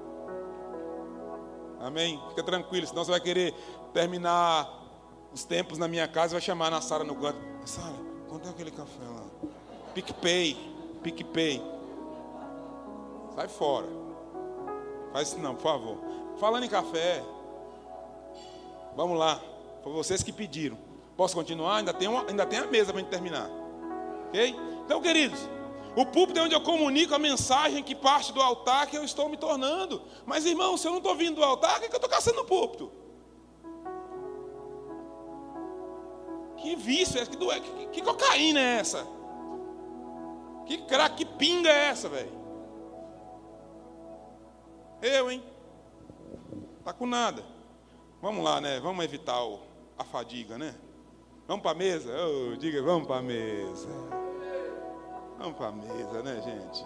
Amém? Fica tranquilo, senão você vai querer terminar os tempos na minha casa e vai chamar na Sara no canto. Sara, quanto é aquele café lá? PicPay, PicPay. Sai fora. Faz isso não, por favor. Falando em café, vamos lá. Foi vocês que pediram. Posso continuar? Ainda tem, uma, ainda tem a mesa para a gente terminar. Ok? Então, queridos, o púlpito é onde eu comunico a mensagem que parte do altar que eu estou me tornando. Mas, irmão, se eu não estou vindo do altar, o que, é que eu estou caçando no púlpito? Que vício é esse? Que, que, que cocaína é essa? Que crack, que pinga é essa, velho? Eu, hein? Tá com nada. Vamos lá, né? Vamos evitar o, a fadiga, né? Vamos para a mesa? Oh, diga, vamos para a mesa. Vamos para a mesa, né, gente?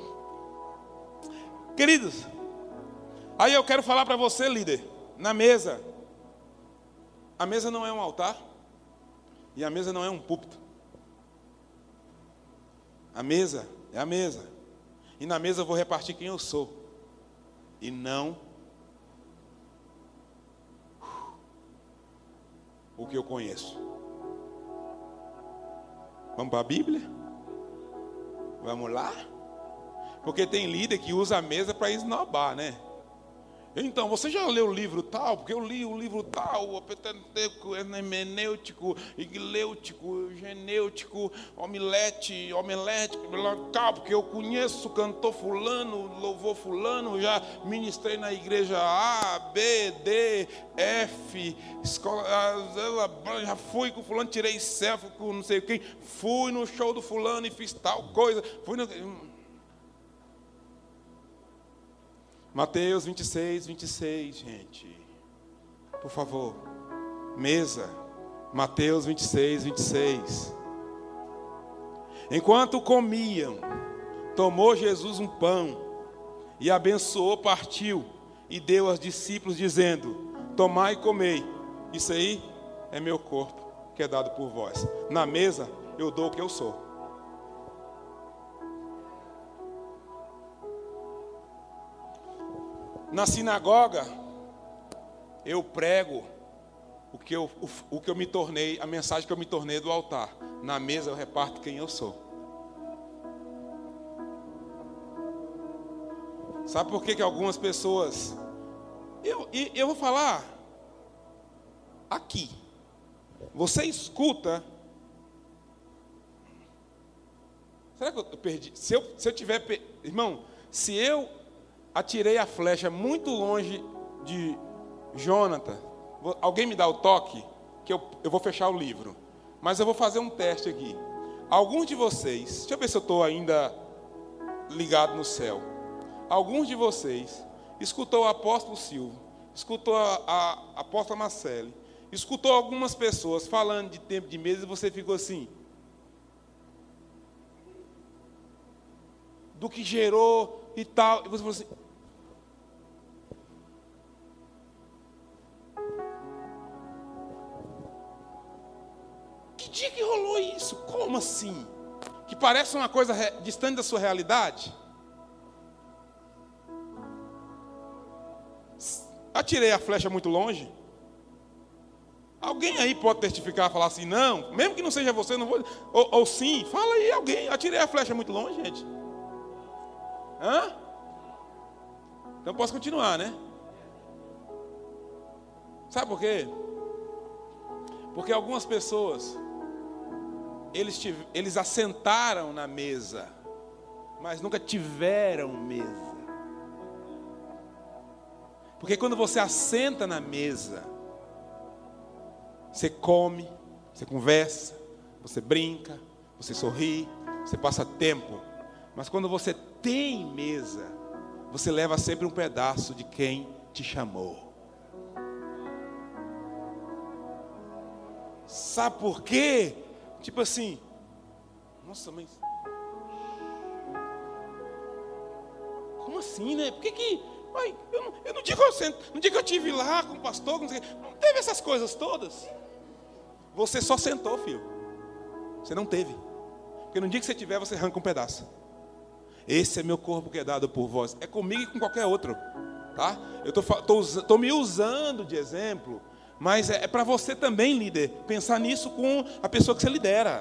Queridos, aí eu quero falar para você, líder, na mesa. A mesa não é um altar e a mesa não é um púlpito. A mesa é a mesa. E na mesa eu vou repartir quem eu sou. E não o que eu conheço. Vamos para a Bíblia? Vamos lá? Porque tem líder que usa a mesa para esnobar, né? Então, você já leu o livro tal? Porque eu li o livro tal, o petanteco, hermenêutico, iglêutico, genêutico, omelete, omelete, tal, porque eu conheço o cantor fulano, louvor fulano, já ministrei na igreja A, B, D, F, escola, já fui com fulano, tirei selfie com não sei quem, fui no show do fulano e fiz tal coisa, fui no... Mateus vinte e seis, vinte e seis, gente. Por favor. Mesa. Mateus vinte e seis, vinte e seis. Enquanto comiam, tomou Jesus um pão e abençoou, partiu e deu aos discípulos, dizendo: tomai e comei. Isso aí é meu corpo, que é dado por vós. Na mesa eu dou o que eu sou. Na sinagoga eu prego o que eu, o, o que eu me tornei, a mensagem que eu me tornei do altar. Na mesa eu reparto quem eu sou. Sabe por que que algumas pessoas... Eu, eu vou falar aqui. Você escuta... Será que eu perdi? Se eu, se eu tiver... Irmão, se eu atirei a flecha muito longe de Jonathan, alguém me dá o toque, que eu, eu vou fechar o livro. Mas eu vou fazer um teste aqui. Alguns de vocês... Deixa eu ver se eu estou ainda ligado no céu. Alguns de vocês escutou o apóstolo Silvio, escutou a, a, a apóstola Marcele, escutou algumas pessoas falando de tempo de mesa e você ficou assim. Do que gerou e tal. E você falou assim. Que dia que rolou isso? Como assim? Que parece uma coisa re, distante da sua realidade? Atirei a flecha muito longe? Alguém aí pode testificar, falar assim, não, mesmo que não seja você, não vou. Ou, ou sim, fala aí alguém, atirei a flecha muito longe, gente. Hã? Então posso continuar, né? Sabe por quê? Porque algumas pessoas, eles, tiv- eles assentaram na mesa, mas nunca tiveram mesa. Porque quando você assenta na mesa, você come, você conversa, você brinca, você sorri, você passa tempo. Mas quando você tem mesa, você leva sempre um pedaço de quem te chamou. Sabe por quê? Tipo assim, nossa, mas... Como assim, né? Por que que... Pai, eu não, eu não digo que eu, não digo que eu tive lá com o pastor, não, sei, não teve essas coisas todas. Você só sentou, filho. Você não teve. Porque no dia que você tiver, você arranca um pedaço. Esse é meu corpo que é dado por vós. É comigo e com qualquer outro. Tá? Eu estou me usando de exemplo, mas é, é para você também, líder, pensar nisso com a pessoa que você lidera.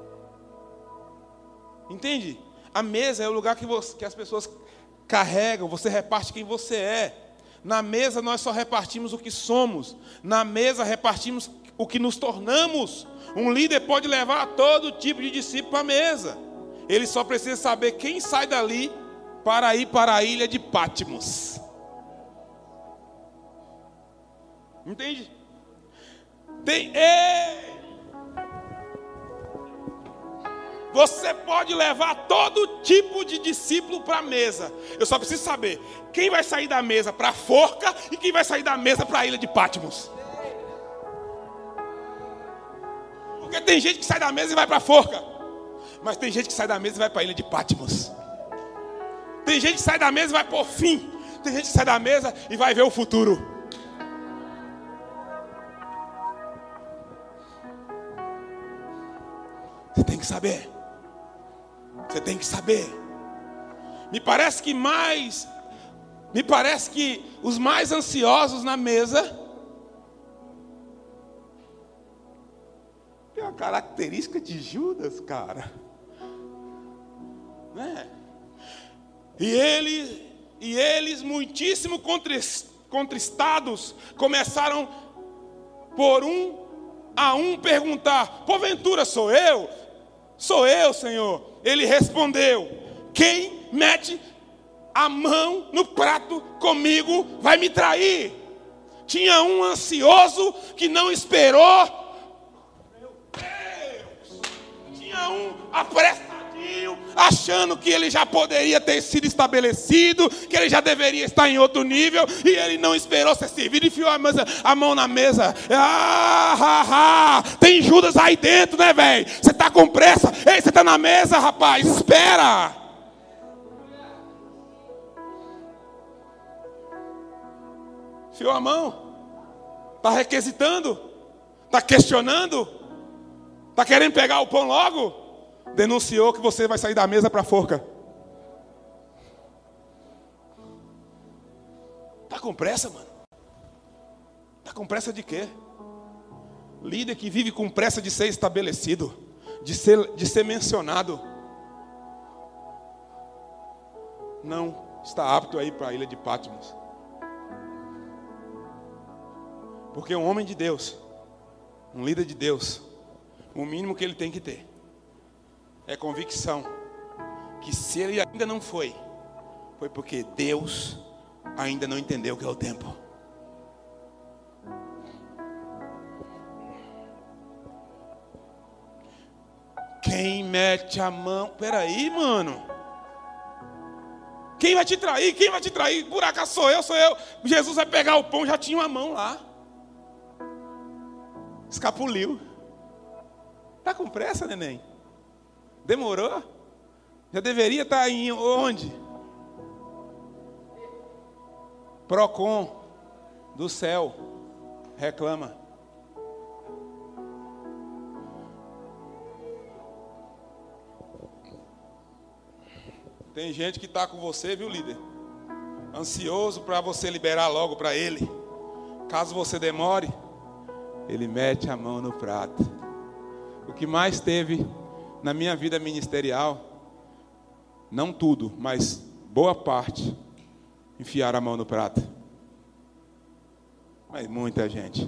Entende? A mesa é o lugar que, você, que as pessoas... carregam, você reparte quem você é. Na mesa nós só repartimos o que somos. Na mesa repartimos o que nos tornamos. Um líder pode levar todo tipo de discípulo para a mesa. Ele só precisa saber quem sai dali para ir para a ilha de Patmos. Entende? Tem... Ei! Você pode levar todo tipo de discípulo para a mesa. Eu só preciso saber quem vai sair da mesa para a forca e quem vai sair da mesa para a ilha de Patmos. Porque tem gente que sai da mesa e vai para a forca. Mas tem gente que sai da mesa e vai para a ilha de Patmos. Tem gente que sai da mesa e vai por fim. Tem gente que sai da mesa e vai ver o futuro. Você tem que saber. Você tem que saber. Me parece que mais, me parece que os mais ansiosos na mesa tem uma característica de Judas, cara. Né? E ele, e eles muitíssimo contristados começaram por um a um perguntar: porventura sou eu? Sou eu, Senhor. Ele respondeu: quem mete a mão no prato comigo vai me trair. Tinha um ansioso que não esperou. Meu Deus! Tinha um apressadinho quietinho, achando que ele já poderia ter sido estabelecido, que ele já deveria estar em outro nível, e ele não esperou ser servido e enfiou a, mesa, a mão na mesa. Ah, ah, ah. Tem Judas aí dentro, né, velho? Você está com pressa? Ei, você está na mesa, rapaz, espera. Enfiou a mão. Está requisitando? Está questionando? Está querendo pegar o pão logo? Denunciou que você vai sair da mesa para a forca. Está com pressa, mano? Está com pressa de quê? Líder que vive com pressa de ser estabelecido, de ser, de ser mencionado, não está apto a ir para a ilha de Patmos. Porque um homem de Deus, um líder de Deus, o mínimo que ele tem que ter é convicção que se ele ainda não foi, foi porque Deus ainda não entendeu o que é o tempo. Quem mete a mão? Peraí, mano. Quem vai te trair? Quem vai te trair? Por acaso sou eu, sou eu. Jesus vai pegar o pão, já tinha uma mão lá. Escapuliu. Tá com pressa, neném? Demorou? Já deveria estar em onde? Procon do céu reclama. Tem gente que está com você, viu, líder? Ansioso para você liberar logo para ele. Caso você demore, ele mete a mão no prato. O que mais teve na minha vida ministerial, não tudo, mas boa parte, enfiar a mão no prato. Mas muita gente.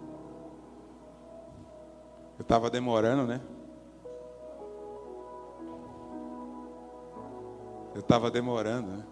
Eu estava demorando, né? Eu estava demorando, né?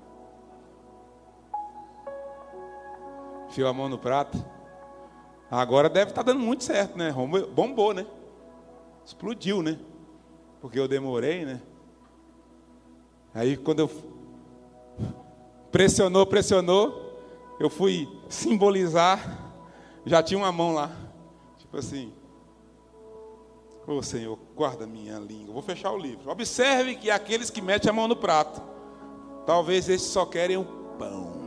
Enfiou a mão no prato. Agora deve estar dando muito certo, né? Bombou, né? Explodiu, né? Porque eu demorei, né? Aí quando eu pressionou, pressionou, eu fui simbolizar, já tinha uma mão lá. Tipo assim, ô oh, Senhor, guarda minha língua. Vou fechar o livro. Observe que aqueles que metem a mão no prato, talvez esses só querem o pão.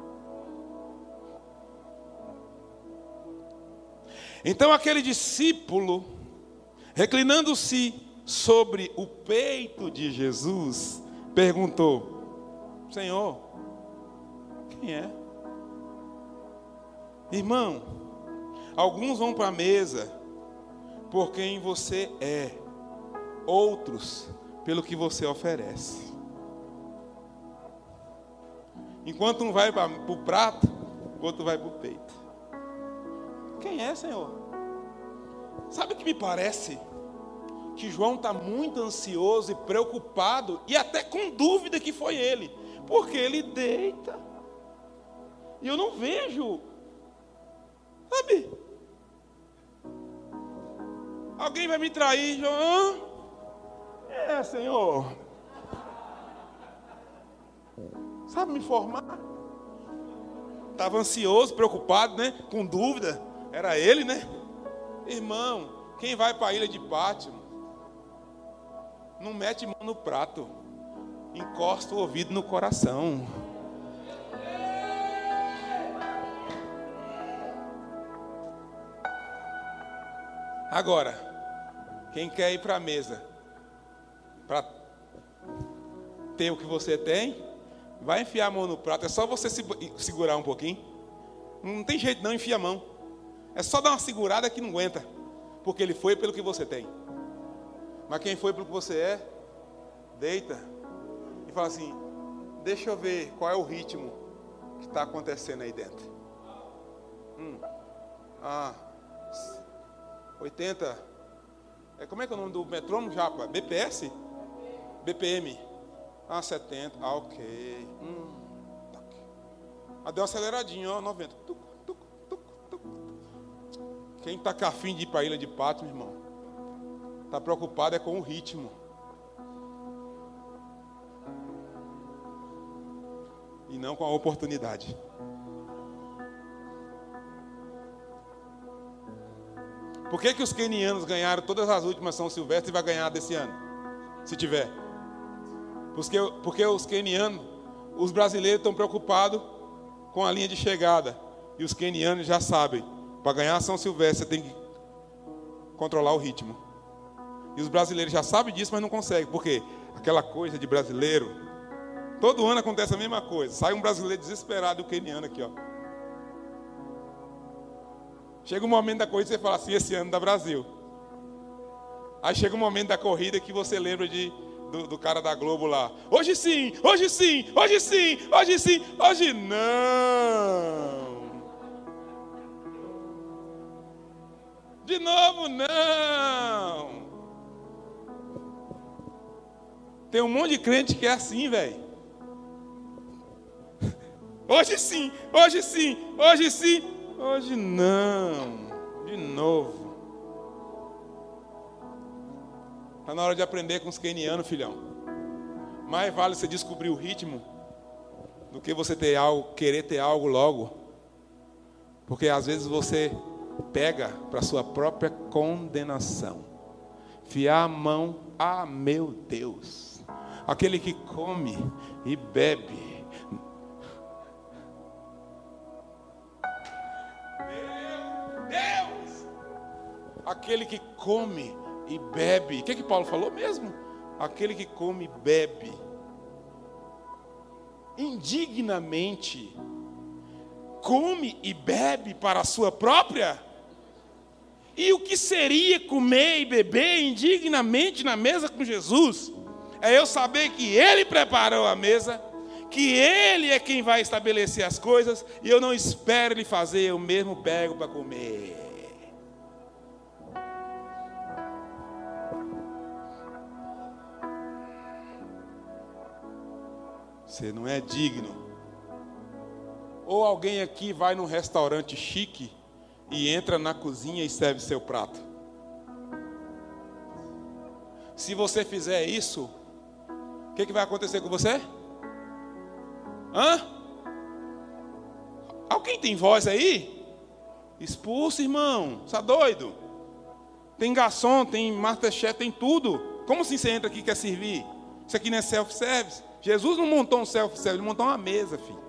Então aquele discípulo, reclinando-se sobre o peito de Jesus, perguntou: Senhor, quem é? Irmão, alguns vão para a mesa por quem você é, outros pelo que você oferece. Enquanto um vai para o prato, o outro vai para o peito. Quem é, Senhor? Sabe o que me parece? Que João está muito ansioso e preocupado, e até com dúvida que foi ele, porque ele deita, e eu não vejo, sabe? Alguém vai me trair, João? É, Senhor. Sabe me formar? Estava ansioso, preocupado, né? Com dúvida. Era ele, né? Irmão, quem vai para a ilha de Pátimo, não mete mão no prato, encosta o ouvido no coração. Agora, quem quer ir para a mesa para ter o que você tem, vai enfiar a mão no prato. É só você se segurar um pouquinho. Não tem jeito não, enfia a mão. É só dar uma segurada que não aguenta, porque ele foi pelo que você tem. Mas quem foi pelo que você é, deita e fala assim: deixa eu ver qual é o ritmo que está acontecendo aí dentro. Hum. Ah, oitenta. É, como é que é o nome do metrônomo, Japa? B P S? B P M. Ah, setenta. Ah, ok. Hum. Ah, deu uma aceleradinha, ó, noventa. Tuc, tuc, tuc, tuc. Quem está com a fim de ir para a ilha de Pátimo, irmão, está preocupado é com o ritmo. e não com a oportunidade. Por que que os quenianos ganharam todas as últimas São Silvestre e vai ganhar desse ano? Se tiver. Porque, porque os quenianos, os brasileiros estão preocupados com a linha de chegada. E os quenianos já sabem, para ganhar a São Silvestre você tem que controlar o ritmo. E os brasileiros já sabem disso, mas não conseguem. Por quê? Aquela coisa de brasileiro. Todo ano acontece a mesma coisa. Sai um brasileiro desesperado e o queniano aqui, ó. Chega um momento da corrida e você fala assim, esse ano dá Brasil. Aí chega um momento da corrida que você lembra de, do, do cara da Globo lá. Hoje sim, hoje sim, hoje sim, hoje sim, hoje não. De novo não. Tem um monte de crente que é assim, velho. Hoje sim, hoje sim, hoje sim, hoje não. De novo. Está na hora de aprender com os quenianos, filhão. Mais vale você descobrir o ritmo do que você ter algo, querer ter algo logo. Porque às vezes você pega para sua própria condenação. Fiar a mão, ah, meu Deus. Aquele que come e bebe. Meu Deus! Aquele que come e bebe. O que que Paulo falou mesmo? Aquele que come e bebe indignamente, come e bebe para a sua própria. E o que seria comer e beber indignamente na mesa com Jesus? É eu saber que Ele preparou a mesa, que Ele é quem vai estabelecer as coisas, e eu não espero Ele fazer, eu mesmo pego para comer. Você não é digno. Ou alguém aqui vai num restaurante chique e entra na cozinha e serve seu prato. Se você fizer isso, o que, que vai acontecer com você? Hã? Alguém tem voz aí? Expulsa, irmão. Você é doido? Tem garçom, tem masterchef, tem tudo. Como assim você entra aqui e quer servir? Isso aqui não é self-service? Jesus não montou um self-service, ele montou uma mesa, filho.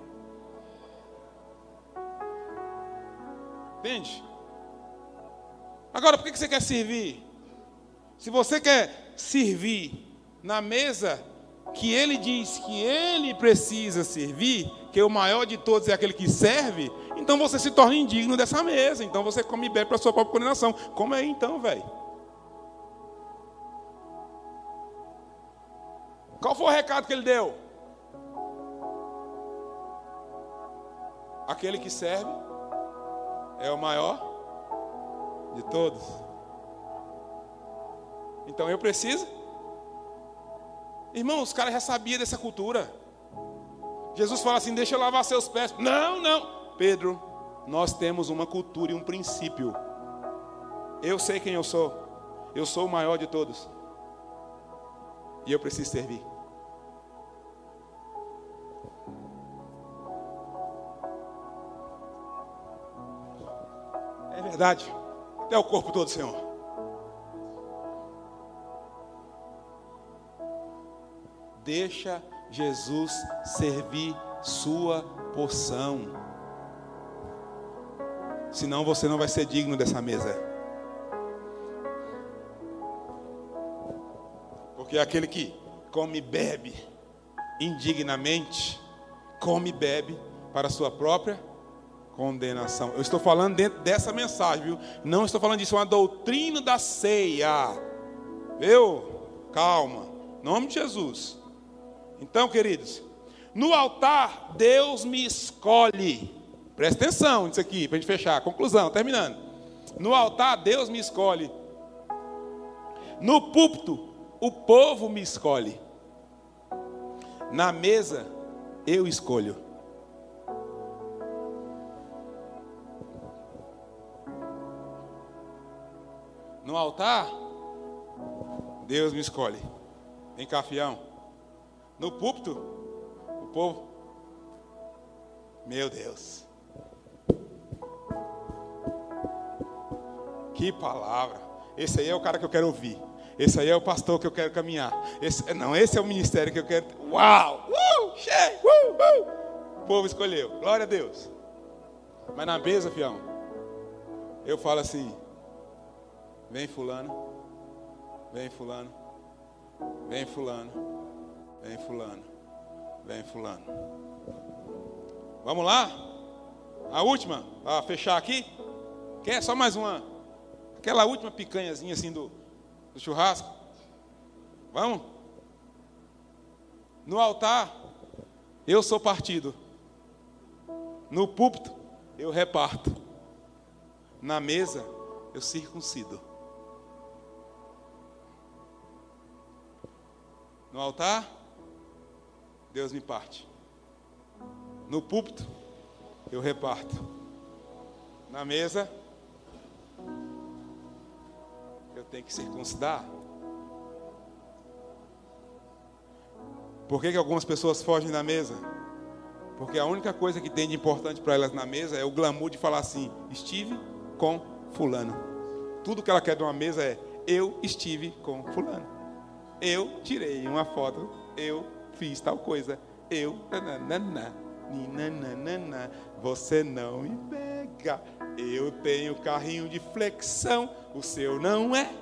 Entende? Agora, por que você quer servir? Se você quer servir na mesa que ele diz que ele precisa servir, que o maior de todos é aquele que serve, então você se torna indigno dessa mesa. Então você come e bebe para a sua própria condenação. Como é então, velho? Qual foi o recado que ele deu? Aquele que serve é o maior de todos. Então eu preciso. Irmão, os caras já sabiam dessa cultura. Jesus fala assim, deixa eu lavar seus pés. Não, não. Pedro, nós temos uma cultura e um princípio. Eu sei quem eu sou. Eu sou o maior de todos. E eu preciso servir. É verdade. Até o corpo todo, Senhor. Deixa Jesus servir sua porção. Senão você não vai ser digno dessa mesa. Porque aquele que come e bebe indignamente, come e bebe para a sua própria condenação. Eu estou falando dentro dessa mensagem, viu? Não estou falando disso, é uma doutrina da ceia. Viu? Calma. Em nome de Jesus. Então, queridos, no altar, Deus me escolhe. Presta atenção nisso aqui, para a gente fechar. Conclusão, terminando. No altar, Deus me escolhe. No púlpito, o povo me escolhe. Na mesa, eu escolho. No altar, Deus me escolhe. Vem cá, fião. No púlpito, o povo Meu Deus. Que palavra. Esse aí é o cara que eu quero ouvir. Esse aí é o pastor que eu quero caminhar. Esse, não, esse é o ministério que eu quero. Uau! Uh, cheio, uh, uh. O povo escolheu. Glória a Deus. Mas na mesa, fião, eu falo assim: vem fulano, vem fulano, vem fulano, vem fulano, vem fulano. Vamos lá? A última, para fechar aqui. Quer só mais uma? Aquela última picanhazinha assim do, do churrasco. Vamos? No altar, eu sou partido. No púlpito, eu reparto. Na mesa, eu circuncido. No altar, Deus me parte. No púlpito, eu reparto. Na mesa, eu tenho que circuncidar. Por que que algumas pessoas fogem da mesa? Porque a única coisa que tem de importante para elas na mesa é o glamour de falar assim: estive com fulano. Tudo que ela quer de uma mesa é: eu estive com fulano. Eu tirei uma foto, eu fiz tal coisa, eu nananana, ninanana, você não me pega. Eu tenho carrinho de flexão, o seu não é.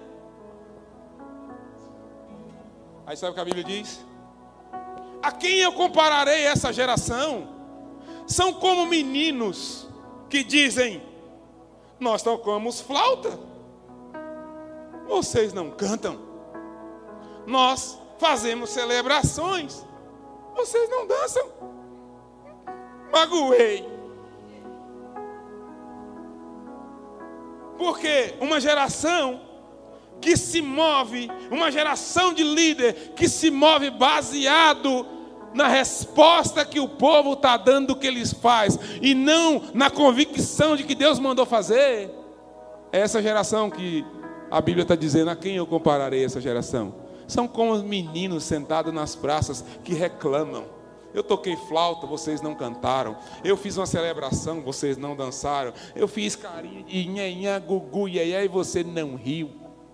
Aí sabe o que a Bíblia diz? A quem eu compararei essa geração? São como meninos que dizem: nós tocamos flauta, vocês não cantam. Nós fazemos celebrações, vocês não dançam. Magoei. Porque uma geração que se move, uma geração de líder que se move baseado na resposta que o povo está dando do que eles fazem, e não na convicção de que Deus mandou fazer, é essa geração que a Bíblia está dizendo: a quem eu compararei essa geração? São como os meninos sentados nas praças que reclamam: eu toquei flauta, vocês não cantaram. Eu fiz uma celebração, vocês não dançaram. Eu fiz carinho de nhanhã, gugu, iaiá, e você não riu.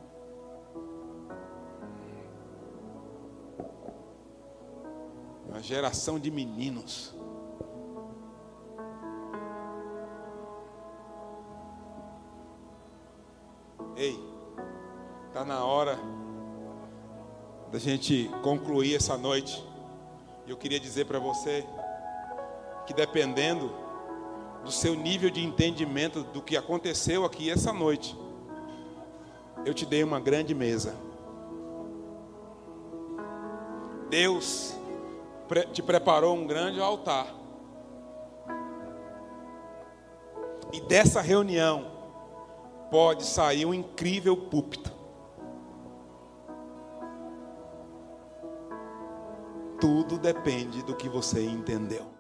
Uma geração de meninos. Ei, está na hora da gente concluir essa noite. Eu queria dizer para você que, dependendo do seu nível de entendimento do que aconteceu aqui essa noite, eu te dei uma grande mesa. Deus te preparou um grande altar. E dessa reunião pode sair um incrível púlpito. Tudo depende do que você entendeu.